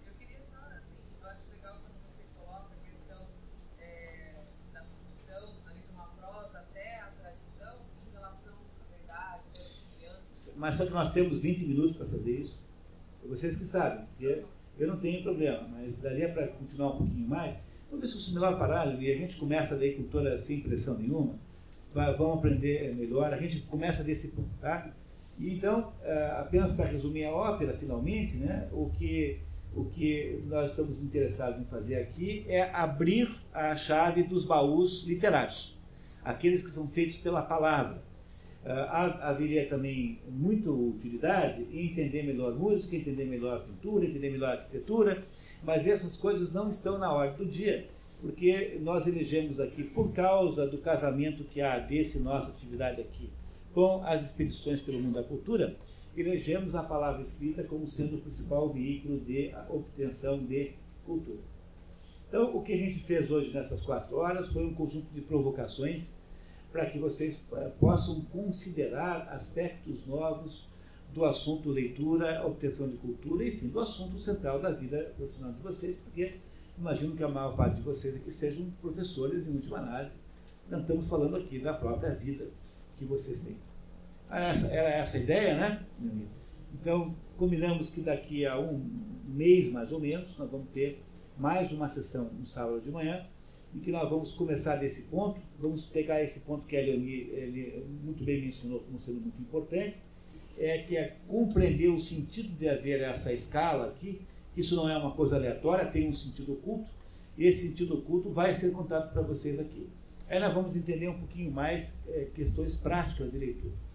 Mas só que nós temos vinte minutos para fazer isso. Vocês que sabem, porque eu não tenho problema, mas daria para continuar um pouquinho mais. Vamos ver se o similar paralelo e a gente começa a ler cultura sem pressão nenhuma, vamos aprender melhor, a gente começa desse ponto, tá? E então, apenas para resumir a ópera, finalmente, né, o que, o que nós estamos interessados em fazer aqui é abrir a chave dos baús literários, aqueles que são feitos pela palavra. Uh, haveria também muita utilidade em entender melhor música, entender melhor pintura, entender melhor arquitetura, mas essas coisas não estão na ordem do dia, porque nós elegemos aqui, por causa do casamento que há desse nossa atividade aqui com as expedições pelo mundo da cultura, elegemos a palavra escrita como sendo o principal veículo de obtenção de cultura. Então, o que a gente fez hoje nessas quatro horas foi um conjunto de provocações para que vocês possam considerar aspectos novos do assunto leitura, obtenção de cultura, enfim, do assunto central da vida profissional de vocês, porque imagino que a maior parte de vocês aqui sejam professores, em última análise, não estamos falando aqui da própria vida que vocês têm. Era essa, era essa a ideia, né? Então, combinamos que daqui a um mês, mais ou menos, nós vamos ter mais uma sessão no sábado de manhã, em que nós vamos começar desse ponto, vamos pegar esse ponto que a Leonie ele muito bem mencionou como sendo muito importante, é que é compreender o sentido de haver essa escala aqui, isso não é uma coisa aleatória, tem um sentido oculto, e esse sentido oculto vai ser contado para vocês aqui. Aí nós vamos entender um pouquinho mais é, questões práticas de leitura.